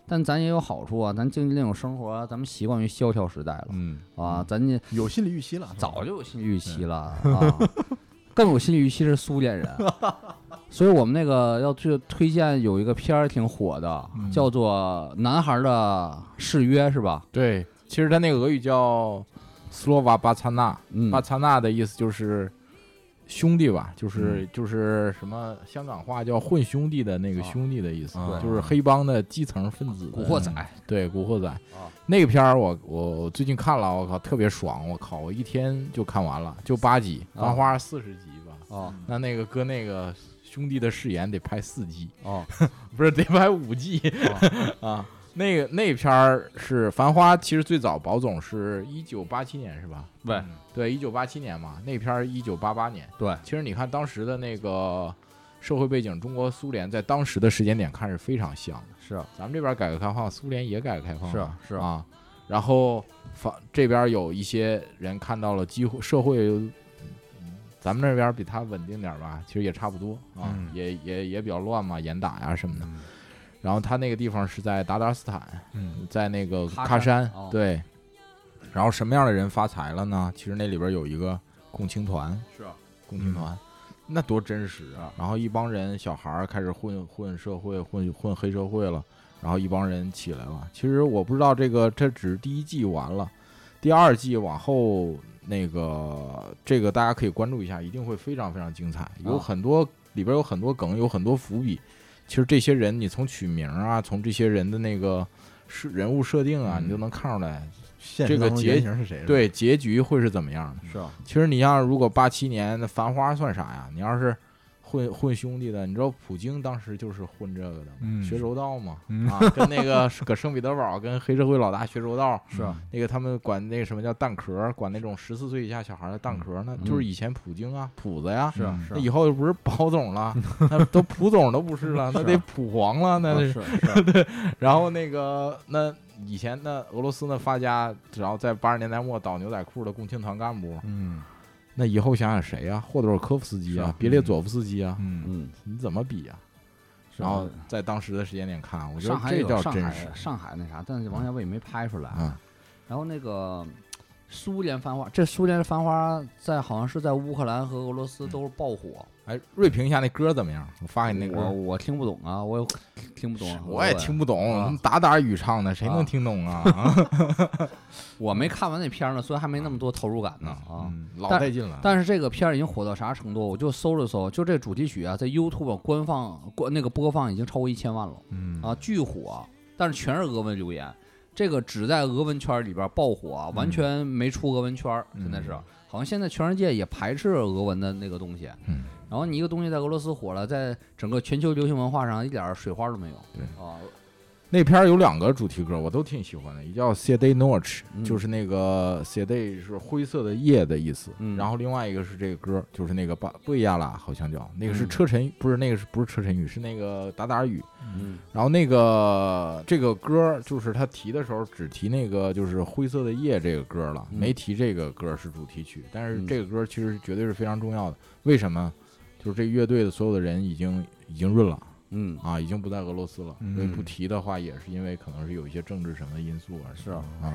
但咱也有好处啊，咱经历那种生活，咱们习惯于萧条时代了，咱有心理预期了， 早就有心理预期了啊，更有心理预期是苏联人，所以我们那个要推荐有一个片儿挺火的，叫做《男孩的誓约》，是吧？ 对，其实他那个俄语叫斯洛瓦巴擦纳，巴擦纳的意思就是兄弟吧，就是什么香港话叫混兄弟的那个兄弟的意思，就是黑帮的基层分子， 古惑仔， 对，古惑仔。那个片儿我最近看了，我靠，特别爽，我靠，我一天就看完了，就8集，繁花40集吧，那个搁那个兄弟的誓言得拍4季，不是得拍5季啊。那片儿是《繁花》，其实最早宝总是1987年是吧？对，1987年嘛。那片儿1988年。 对， 其实你看当时的那个社会背景，中国苏联在当时的时间点看是非常像的。 是， 咱们这边改革开放，苏联也改革开放， 是啊。然后这边有一些人看到了机会，社会，咱们这边比他稳定点吧，其实也差不多啊，也比较乱嘛，严打呀什么的。然后他那个地方是在达达斯坦，在那个喀山，对。然后什么样的人发财了呢？其实那里边有一个共青团， 是共青团，那多真实啊！然后一帮人小孩开始混社会，混黑社会了，然后一帮人起来了。其实我不知道这只是第1季完了，第2季往后这个大家可以关注一下，一定会非常非常精彩，有很多里边有很多梗，有很多伏笔。其实这些人，你从取名啊，从这些人的那个人物设定啊，你就能看出来这个结局是谁？ 对，结局会是怎么样的？ 是啊。 其实你像如果87年的《繁花》算啥呀？你要是混兄弟的，你知道普京当时就是混这个的吗？学柔道嘛，跟那个搁圣彼得堡跟黑社会老大学柔道， 是那个他们管那个什么叫蛋壳，管那种14岁以下小孩的蛋壳，那就是以前普京啊、普子呀，那以后就不是保总了，那都普总都不是了，那得普皇了，那是对。然后那以前那俄罗斯那发家，只要在80年代末倒牛仔裤的共青团干部，那以后想想谁啊？霍多尔科夫斯基啊，别列佐夫斯基啊，你怎么比啊？然后在当时的时间点看，我觉得这叫真实。 上海那啥，但是王家卫没拍出来。然后那个苏联繁花，这苏联繁花好像是在乌克兰和俄罗斯都是爆火。 哎，锐评一下那歌怎么样？我发给你那歌， 我听不懂啊，我也听不懂， 我也听不懂，打打语唱的，谁能听懂啊？ 我没看完那片呢，所以还没那么多投入感呢啊， 老带劲了。 但是这个片已经火到啥程度？我就搜了搜，就这主题曲啊，在 YouTube 官方那个播放已经超过1000万了，巨火，但是全是俄文留言。这个只在俄文圈里边爆火，完全没出俄文圈，真的是，好像现在全世界也排斥俄文的那个东西。然后你一个东西在俄罗斯火了，在整个全球流行文化上一点水花都没有。 对啊，那片有2个主题歌，我都挺喜欢的，一叫 Siedej Noc， 就是那个 Siedej 是灰色的夜的意思，然后另外一个是这个歌，就是那个贝亚拉，好像叫那个是车臣，不是那个不是车臣语，是那个达达尔语。然后这个歌就是他提的时候只提那个就是灰色的夜这个歌了，没提这个歌是主题曲，但是这个歌其实绝对是非常重要的。为什么？就是这乐队的所有的人已经润了。已经不在俄罗斯了，所以不提的话，也是因为可能是有一些政治什么的因素啊。 是。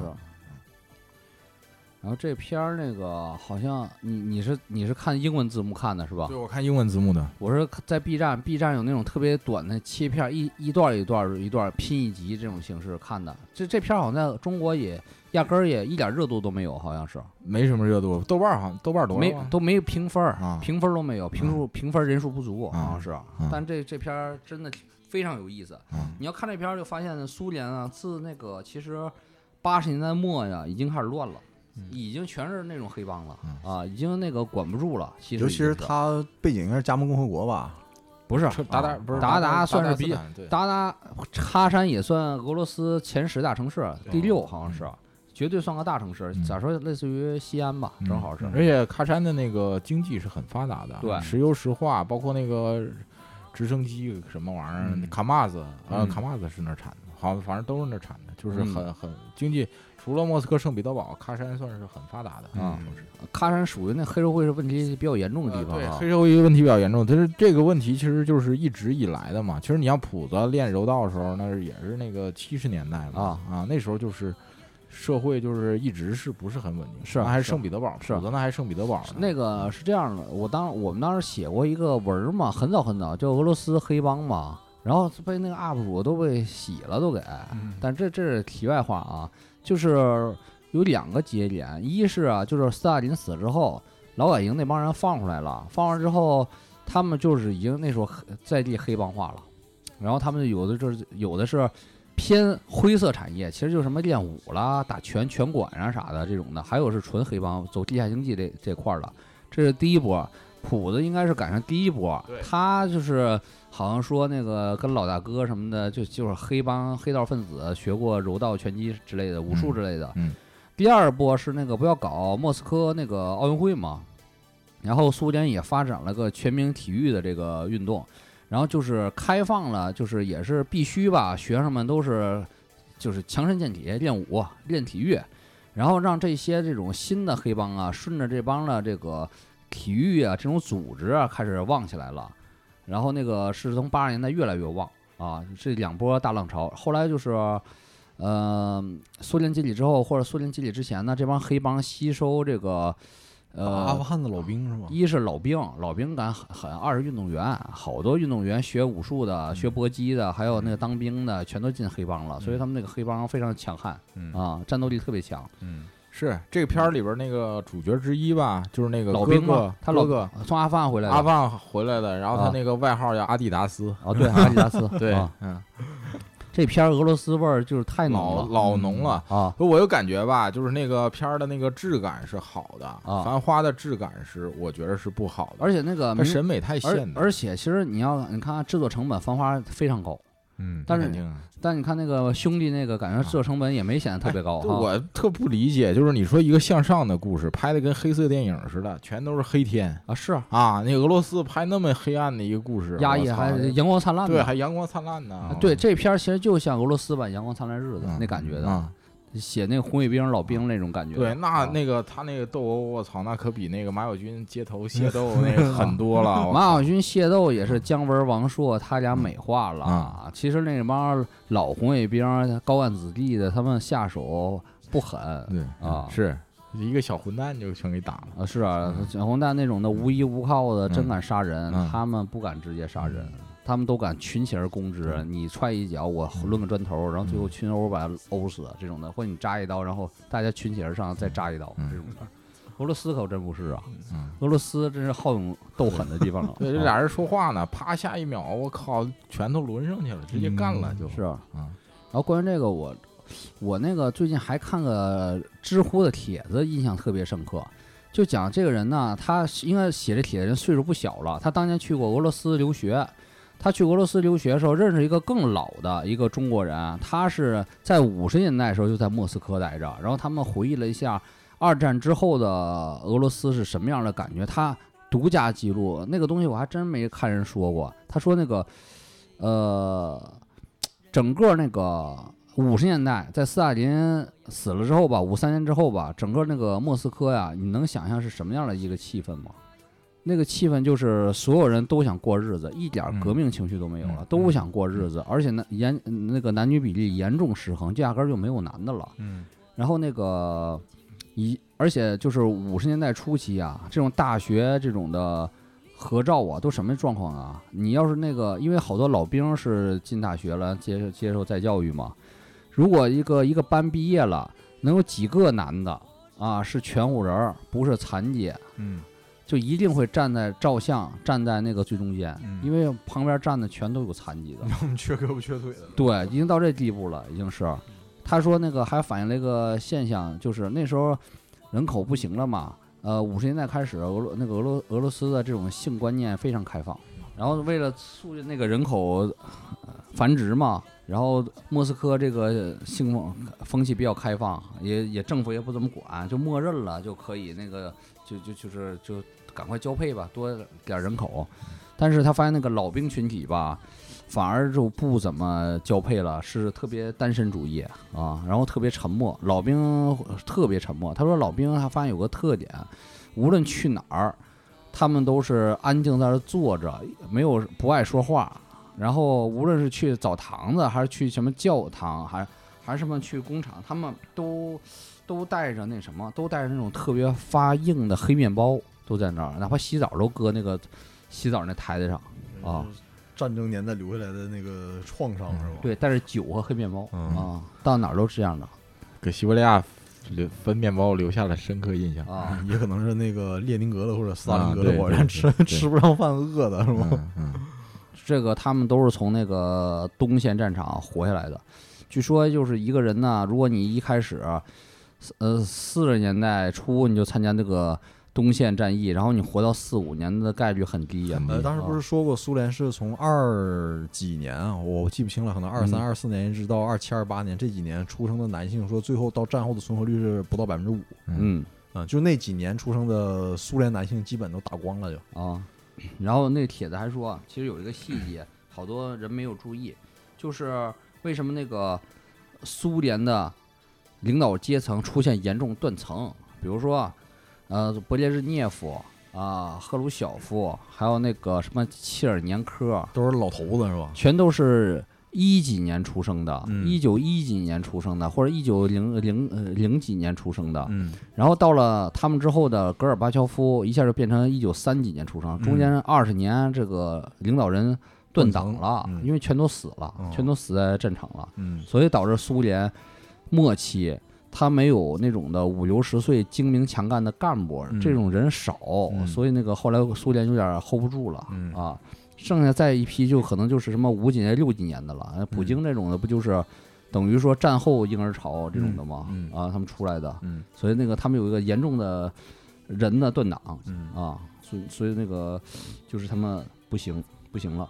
然后这片儿那个好像你是看英文字幕看的是吧？ 对，我看英文字幕的。 我是在 B 站有那种特别短的切片，一段拼一集这种形式看的。这片好像在中国也压根儿也一点热度都没有，好像是没什么热度。豆瓣都没评分，评分都没有，评分人数不足，好像是。但这片真的非常有意思。你要看这片就发现苏联啊，自那个其实80年代末呀，已经开始乱了。已经全是那种黑帮了已经那个管不住了。其实尤其是他背景应该是加盟共和国吧？ 不是达达算是比达达喀山也算俄罗斯前10大城市第6，好像是绝对算个大城市。咋说类似于西安吧，正好是。 而且喀山的那个经济是很发达的， 对， 石油石化，包括那个直升机什么玩意儿，卡马子是那儿产的。 好像反正都是那产的，就是很经济。除了莫斯科、圣彼得堡，喀山算是很发达的啊。 喀山属于那黑社会问题比较严重的地方， 对，黑社会问题比较严重。但是这个问题其实就是一直以来的嘛。其实你像痞子练柔道的时候，那也是那个70年代了啊，那时候就是社会就是一直是不是很稳定， 是还是圣彼得堡，痞子那还是圣彼得堡呢。 那个是这样的，我们当时写过一个文嘛，很早叫俄罗斯黑帮嘛，然后被那个 UP 主都被洗了都给，但这是题外话啊。就是有2个节点，一是啊，就是斯大林死之后，劳改营那帮人放出来了，放完之后，他们就是已经那时候在地黑帮化了，然后他们有的是偏灰色产业，其实就是什么练武啦、打拳馆啊啥的这种的，还有是纯黑帮走地下经济这块的，这是第一波。痞子应该是赶上第一波，他就是好像说那个跟老大哥什么的，就是黑道分子，学过柔道、拳击之类的武术之类的。第二波是那个不要搞莫斯科那个奥运会嘛，然后苏联也发展了个全民体育的这个运动，然后就是开放了，就是也是必须吧，学生们都是就是强身健体、练武、练体育，然后让这些这种新的黑帮啊，顺着这帮的这个体育啊，这种组织啊，开始旺起来了。然后那个是从80年代越来越旺啊，这2波大浪潮。后来就是，苏联解体之后，或者苏联解体之前呢，这帮黑帮吸收这个， 阿富汗的老兵是吗？ 一是老兵感很，二是运动员，好多运动员学武术的、学搏击的，还有那个当兵的，全都进黑帮了。所以他们那个黑帮非常强悍，啊，战斗力特别强。 是这个片儿里边那个主角之一吧，就是那个老兵嘛， 他哥哥从阿富汗回来的， 然后他那个外号叫阿迪达斯。 对，阿迪达斯， 对， 这片俄罗斯味儿就是太浓了， 老浓了啊！ 我有感觉吧，就是那个片儿的那个质感是好的，繁花的质感是我觉得是不好的， 而且那个审美太现代， 而且其实你看制作成本，繁花非常高。但你看那个兄弟那个，感觉制作成本也没显得特别高。 我特不理解，就是你说一个向上的故事，拍的跟黑色电影似的，全都是黑天啊，是啊，那俄罗斯拍那么黑暗的一个故事， 压抑还阳光灿烂， 对，还阳光灿烂呢。 对，这片其实就像俄罗斯版《阳光灿烂日子》那感觉的。写那个红卫兵老兵那种感觉， 对，那个他那个斗殴，我操，那可比那个马小军街头械斗那个很多了。 马小军械斗也是姜文、王朔他俩美化了。其实那帮老红卫兵、高干子弟的，他们下手不狠， 对啊，是一个小混蛋就全给打了。 是啊，小混蛋那种的无依无靠的，真敢杀人，他们不敢直接杀人。他们都敢群起而攻之，你踹一脚，我抡个砖头，然后最后群殴把他殴死这种的，或者你扎一刀，然后大家群起而上再扎一刀这种的。俄罗斯可真不是啊，俄罗斯真是好勇斗狠的地方啊。 对，这俩人说话呢，啪，下一秒我靠，拳头抡上去了，直接干了，就是啊。然后关于这个，我那个最近还看个知乎的帖子，印象特别深刻。就讲这个人呢，他应该写这帖的人岁数不小了，他当年去过俄罗斯留学。他去俄罗斯留学的时候，认识一个更老的一个中国人，他是在50年代的时候就在莫斯科待着，然后他们回忆了一下2战之后的俄罗斯是什么样的感觉，他独家记录那个东西我还真没看人说过。他说那个整个那个50年代在斯大林死了之后吧，53年之后吧，整个那个莫斯科呀，你能想象是什么样的一个气氛吗？那个气氛就是所有人都想过日子，一点革命情绪都没有了，都想过日子，而且那个男女比例严重失衡，压根儿就没有男的了。然后那个而且就是50年代初期啊，这种大学这种的合照啊，都什么状况啊？你要是那个，因为好多老兵是进大学了，接受再教育嘛。如果一个班毕业了，能有几个男的啊是全乎人，不是残疾，就一定会照相站在那个最中间，因为旁边站的全都有残疾的， 缺胳膊缺腿的。 对，已经到这地步了，已经是。他说那个还反映了一个现象，就是那时候人口不行了嘛，50年代开始，俄罗斯的这种性观念非常开放，然后为了促进那个人口繁殖嘛，然后莫斯科这个性风气比较开放，也政府也不怎么管，就默认了就可以那个就赶快交配吧，多点人口。 但是他发现那个老兵群体吧，反而就不怎么交配了，是特别单身主义啊，然后特别沉默，老兵特别沉默。他说老兵他发现有个特点，无论去哪儿，他们都是安静在那坐着，不爱说话。然后无论是去澡堂子，还是去什么教堂，还是什么去工厂，他们都带着那什么，都带着那种特别发硬的黑面包，都在那儿，哪怕洗澡都搁那个洗澡那台子上啊。 战争年代留下来的那个创伤是吧？ 对，带着酒和黑面包啊，到哪儿都是这样的。 给西伯利亚分面包留下了深刻印象啊， 也可能是那个列宁格勒或者斯大林格勒火箭吃不上饭饿的是吗？ 这个他们都是从那个东线战场活下来的。据说就是一个人呢，如果你一开始，40年代初你就参加那个东线战役，然后你活到45年的概率很低呀。 当时不是说过苏联是从20几年啊，我记不清了，可能23、24年一直到27、28年这几年出生的男性，说最后到战后的存活率是不到5%。就那几年出生的苏联男性基本都打光了就啊。然后那帖子还说，其实有一个细节，好多人没有注意，就是为什么那个苏联的领导阶层出现严重断层，比如说勃列日涅夫啊、赫鲁晓夫，还有那个什么切尔年科， 都是老头子是吧？ 全都是10几年出生的，1910几年出生的，或者1900几年出生的。然后到了他们之后的戈尔巴乔夫，一下就变成1930几年出生，中间20年这个领导人断档了，因为全都死了，全都死在战场了。所以导致苏联末期他没有那种的50、60岁精明强干的干部，这种人少，所以那个后来苏联有点 hold 不住了啊。剩下再一批就可能就是什么5几年、6几年的了。普京这种的不就是等于说战后婴儿潮这种的吗？他们出来的，所以那个他们有一个严重的人的断档啊，所以那个就是他们不行了。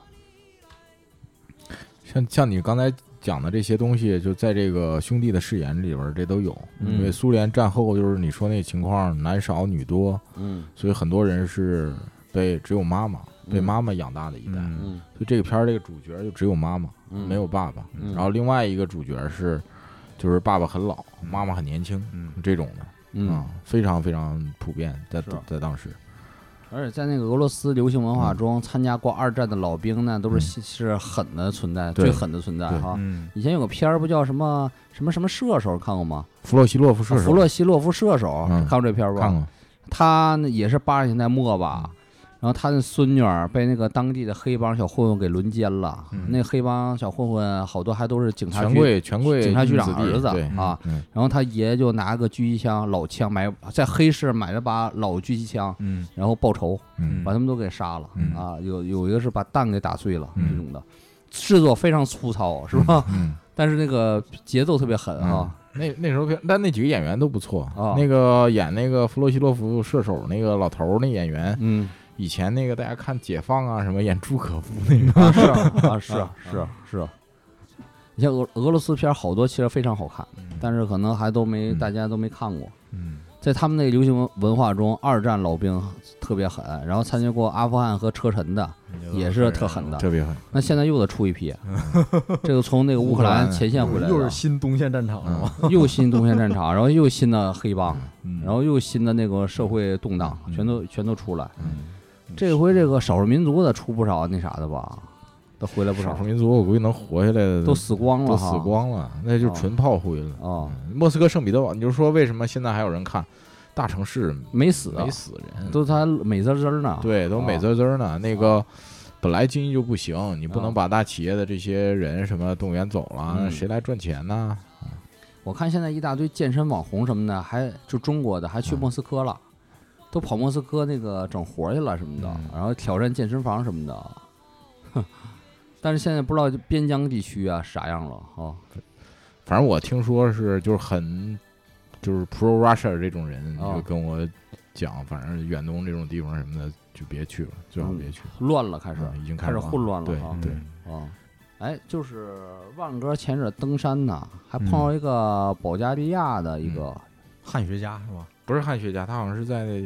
像你刚才讲的这些东西，就在这个兄弟的誓言里边，这都有。因为苏联战后就是你说那情况，男少女多，所以很多人是只有妈妈。被妈妈养大的一代，所以这个片儿这个主角就只有妈妈，没有爸爸。然后另外一个主角就是爸爸很老，妈妈很年轻，这种的，非常非常普遍，在当时。 而且在那个俄罗斯流行文化中，参加过2战的老兵呢，都是狠的存在，最狠的存在哈。以前有个片儿不叫什么射手，看过吗？ 弗洛西洛夫射手，看过这片儿吧？ 看过。 他也是80年代末吧。然后他的孙女儿被那个当地的黑帮小混混给轮奸了，那黑帮小混混好多还都是警察局警察局长儿子啊。然后他爷就拿个狙击枪老枪在黑市买了把老狙击枪，然后报仇，把他们都给杀了啊。有一个是把蛋给打碎了，这种的制作非常粗糙，是吧？但是那个节奏特别狠啊。 那时候但那几个演员都不错啊。那个演那个弗洛西洛夫射手那个老头那演员，以前那个大家看解放啊什么演朱可夫那个是，你像俄罗斯片好多其实非常好看，但是可能还大家都没看过。在他们那个流行文化中，2战老兵特别狠，然后参加过阿富汗和车臣的也是特狠的， 特别狠。 那现在又得出一批，这个从那个乌克兰前线回来的， 又是新东线战场了吗？ 又新东线战场，然后又新的黑帮，然后又新的那个社会动荡，全都出来。这回这个少数民族的出不少那啥的吧，都回来不少。 少数民族我估计能活下来的都死光了， 那就纯炮灰了啊！莫斯科圣彼得堡，你就说为什么现在还有人看？大城市没死人， 都他美滋滋呢。 对，都美滋滋呢。那个本来经济就不行，你不能把大企业的这些人什么动员走了，谁来赚钱呢？ 我看现在一大堆健身网红什么的，还就中国的还去莫斯科了。都跑莫斯科那个整活去了什么的，然后挑战健身房什么的，但是现在不知道边疆地区啊啥样了啊。 反正我听说就是 pro Russia 这种人就跟我讲，反正远东这种地方什么的就别去了，最好别去。 乱了， 已经开始混乱了。 对啊，哎，就是万哥前日登山呢，还碰到一个保加利亚的一个汉学家是吧？ 不是汉学家，他好像是在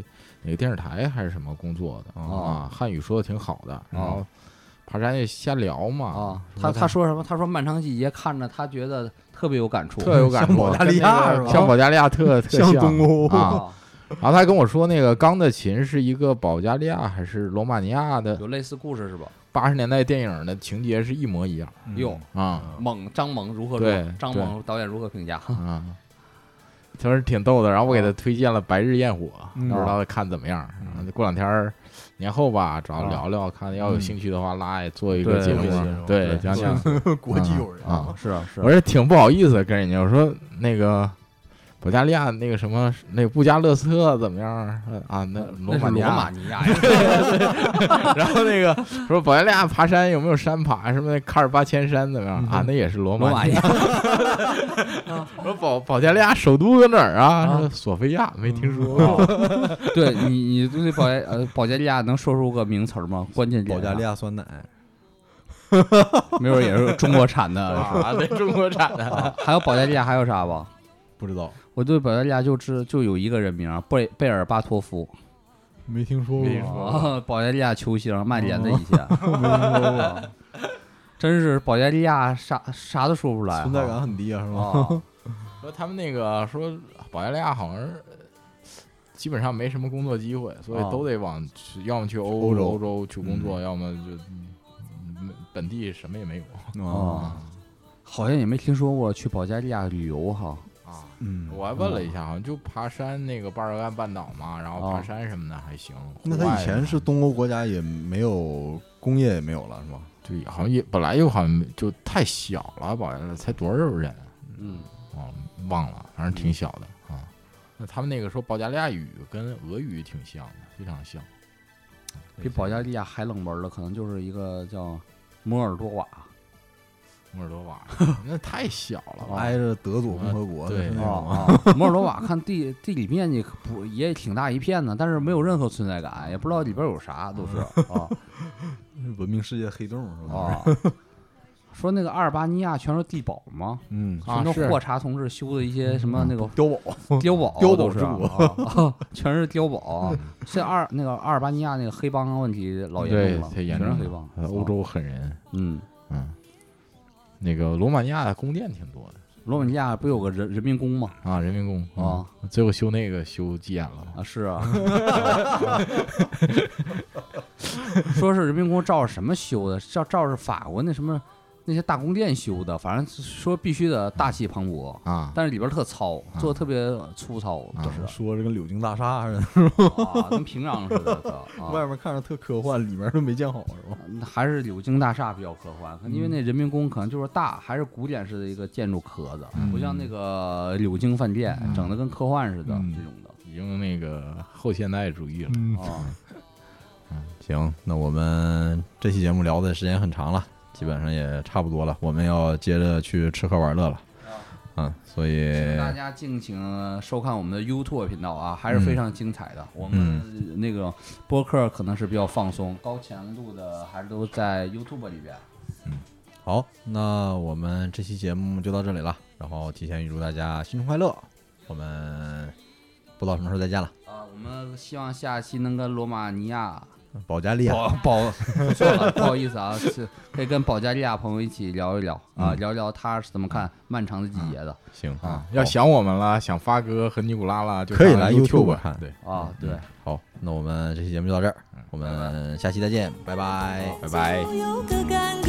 哪个电视台还是什么工作的啊，汉语说的挺好的，然后爬山也瞎聊嘛他说什么？他说漫长季节看着他觉得特别有感触， 特有感触， 像保加利亚是吧？ 像保加利亚特像东欧啊。然后他跟我说，那个钢的琴是一个保加利亚还是罗马尼亚的， 有类似故事是吧 ？80年代电影的情节是一模一样。 哟张猛如何说？张猛导演如何评价？ 他说挺逗的。然后我给他推荐了《白日焰火》，不知道他看怎么样。过两天年后吧，找他聊聊，看要有兴趣的话，拉也做一个节目，对，讲讲国际友人啊，是啊， 我是挺不好意思跟人家我说那个。保加利亚那个什么那个布加勒斯特怎么样啊？那罗马尼亚然后那个说保加利亚爬山有没有山爬？什么喀尔巴阡山怎么样啊？那也是罗马尼亚。说保加利亚首都搁哪儿啊？索菲亚，没听说过。 对你对保加利亚能说出个名词吗？关键保加利亚酸奶。 没准也是中国产的啊，对，中国产的。 还有保加利亚还有啥吧？ 不知道。 我对保加利亚就有一个人名贝尔巴托夫， 没听说过。 保加利亚球星曼联的以前，没听说过。真是保加利亚啥都说不出来， 存在感很低啊，是吧？ 说他们那个说保加利亚好像是基本上没什么工作机会，所以都得要么去欧洲去工作，要么就本地什么也没有好像也没听说过去保加利亚旅游哈。 我还问了一下，好像就爬山那个巴尔干半岛嘛，然后爬山什么的还行。 那他以前是东欧国家，也没有工业也没有了，是吧？ 对，好像也本来好像就太小了，保加利亚才多少人？忘了，反正挺小的啊。那他们那个说保加利亚语跟俄语挺像的，非常像。 比保加利亚还冷门的，可能就是一个叫摩尔多瓦。 那太小了， 挨着德佐共和国。 对摩尔多瓦看地理面积也挺大一片呢，但是没有任何存在感，也不知道里边有啥，都是文明世界黑洞是吧？ 说那个阿尔巴尼亚全是地堡吗？全都霍查同志修的一些什么那个碉堡之国，全是碉堡。是那个阿尔巴尼亚那个黑帮问题老严重了， 全是黑帮， 欧洲狠人。那个罗马尼亚的宫殿挺多的， 罗马尼亚不有个人民宫吗？ 人民宫最后修那个修急眼了是啊。说是人民宫照着什么修的？照着法国那什么那些大宫殿修的，反正说必须得大气磅礴但是里边特糙，做的特别粗糙， 说这跟柳京大厦似的，跟平壤似的。 外面看着特科幻，里面都没建好，是吧？ 还是柳京大厦比较科幻，因为那人民宫可能就是大，还是古典式的一个建筑壳子，不像那个柳京饭店整的跟科幻似的这种的， 已经那个后现代主义了行，那我们这期节目聊的时间很长了。基本上也差不多了，我们要接着去吃喝玩乐了，所以请大家敬请收看我们的 YouTube 频道啊，还是非常精彩的。我们那个播客可能是比较放松，高强度的还是都在 YouTube 里边。 好，那我们这期节目就到这里了，然后提前预祝大家新春快乐，我们不知道什么时候再见了我们希望下期能跟罗马尼亚。 保加利亚错了，不好意思啊，是可以跟保加利亚朋友一起聊一聊聊一聊他是怎么看漫长的季节的。 行要想我们了，想发哥和尼古拉了，就可以来 YouTube 看。 对对， 好，那我们这期节目就到这儿，我们下期再见，拜拜， 拜拜。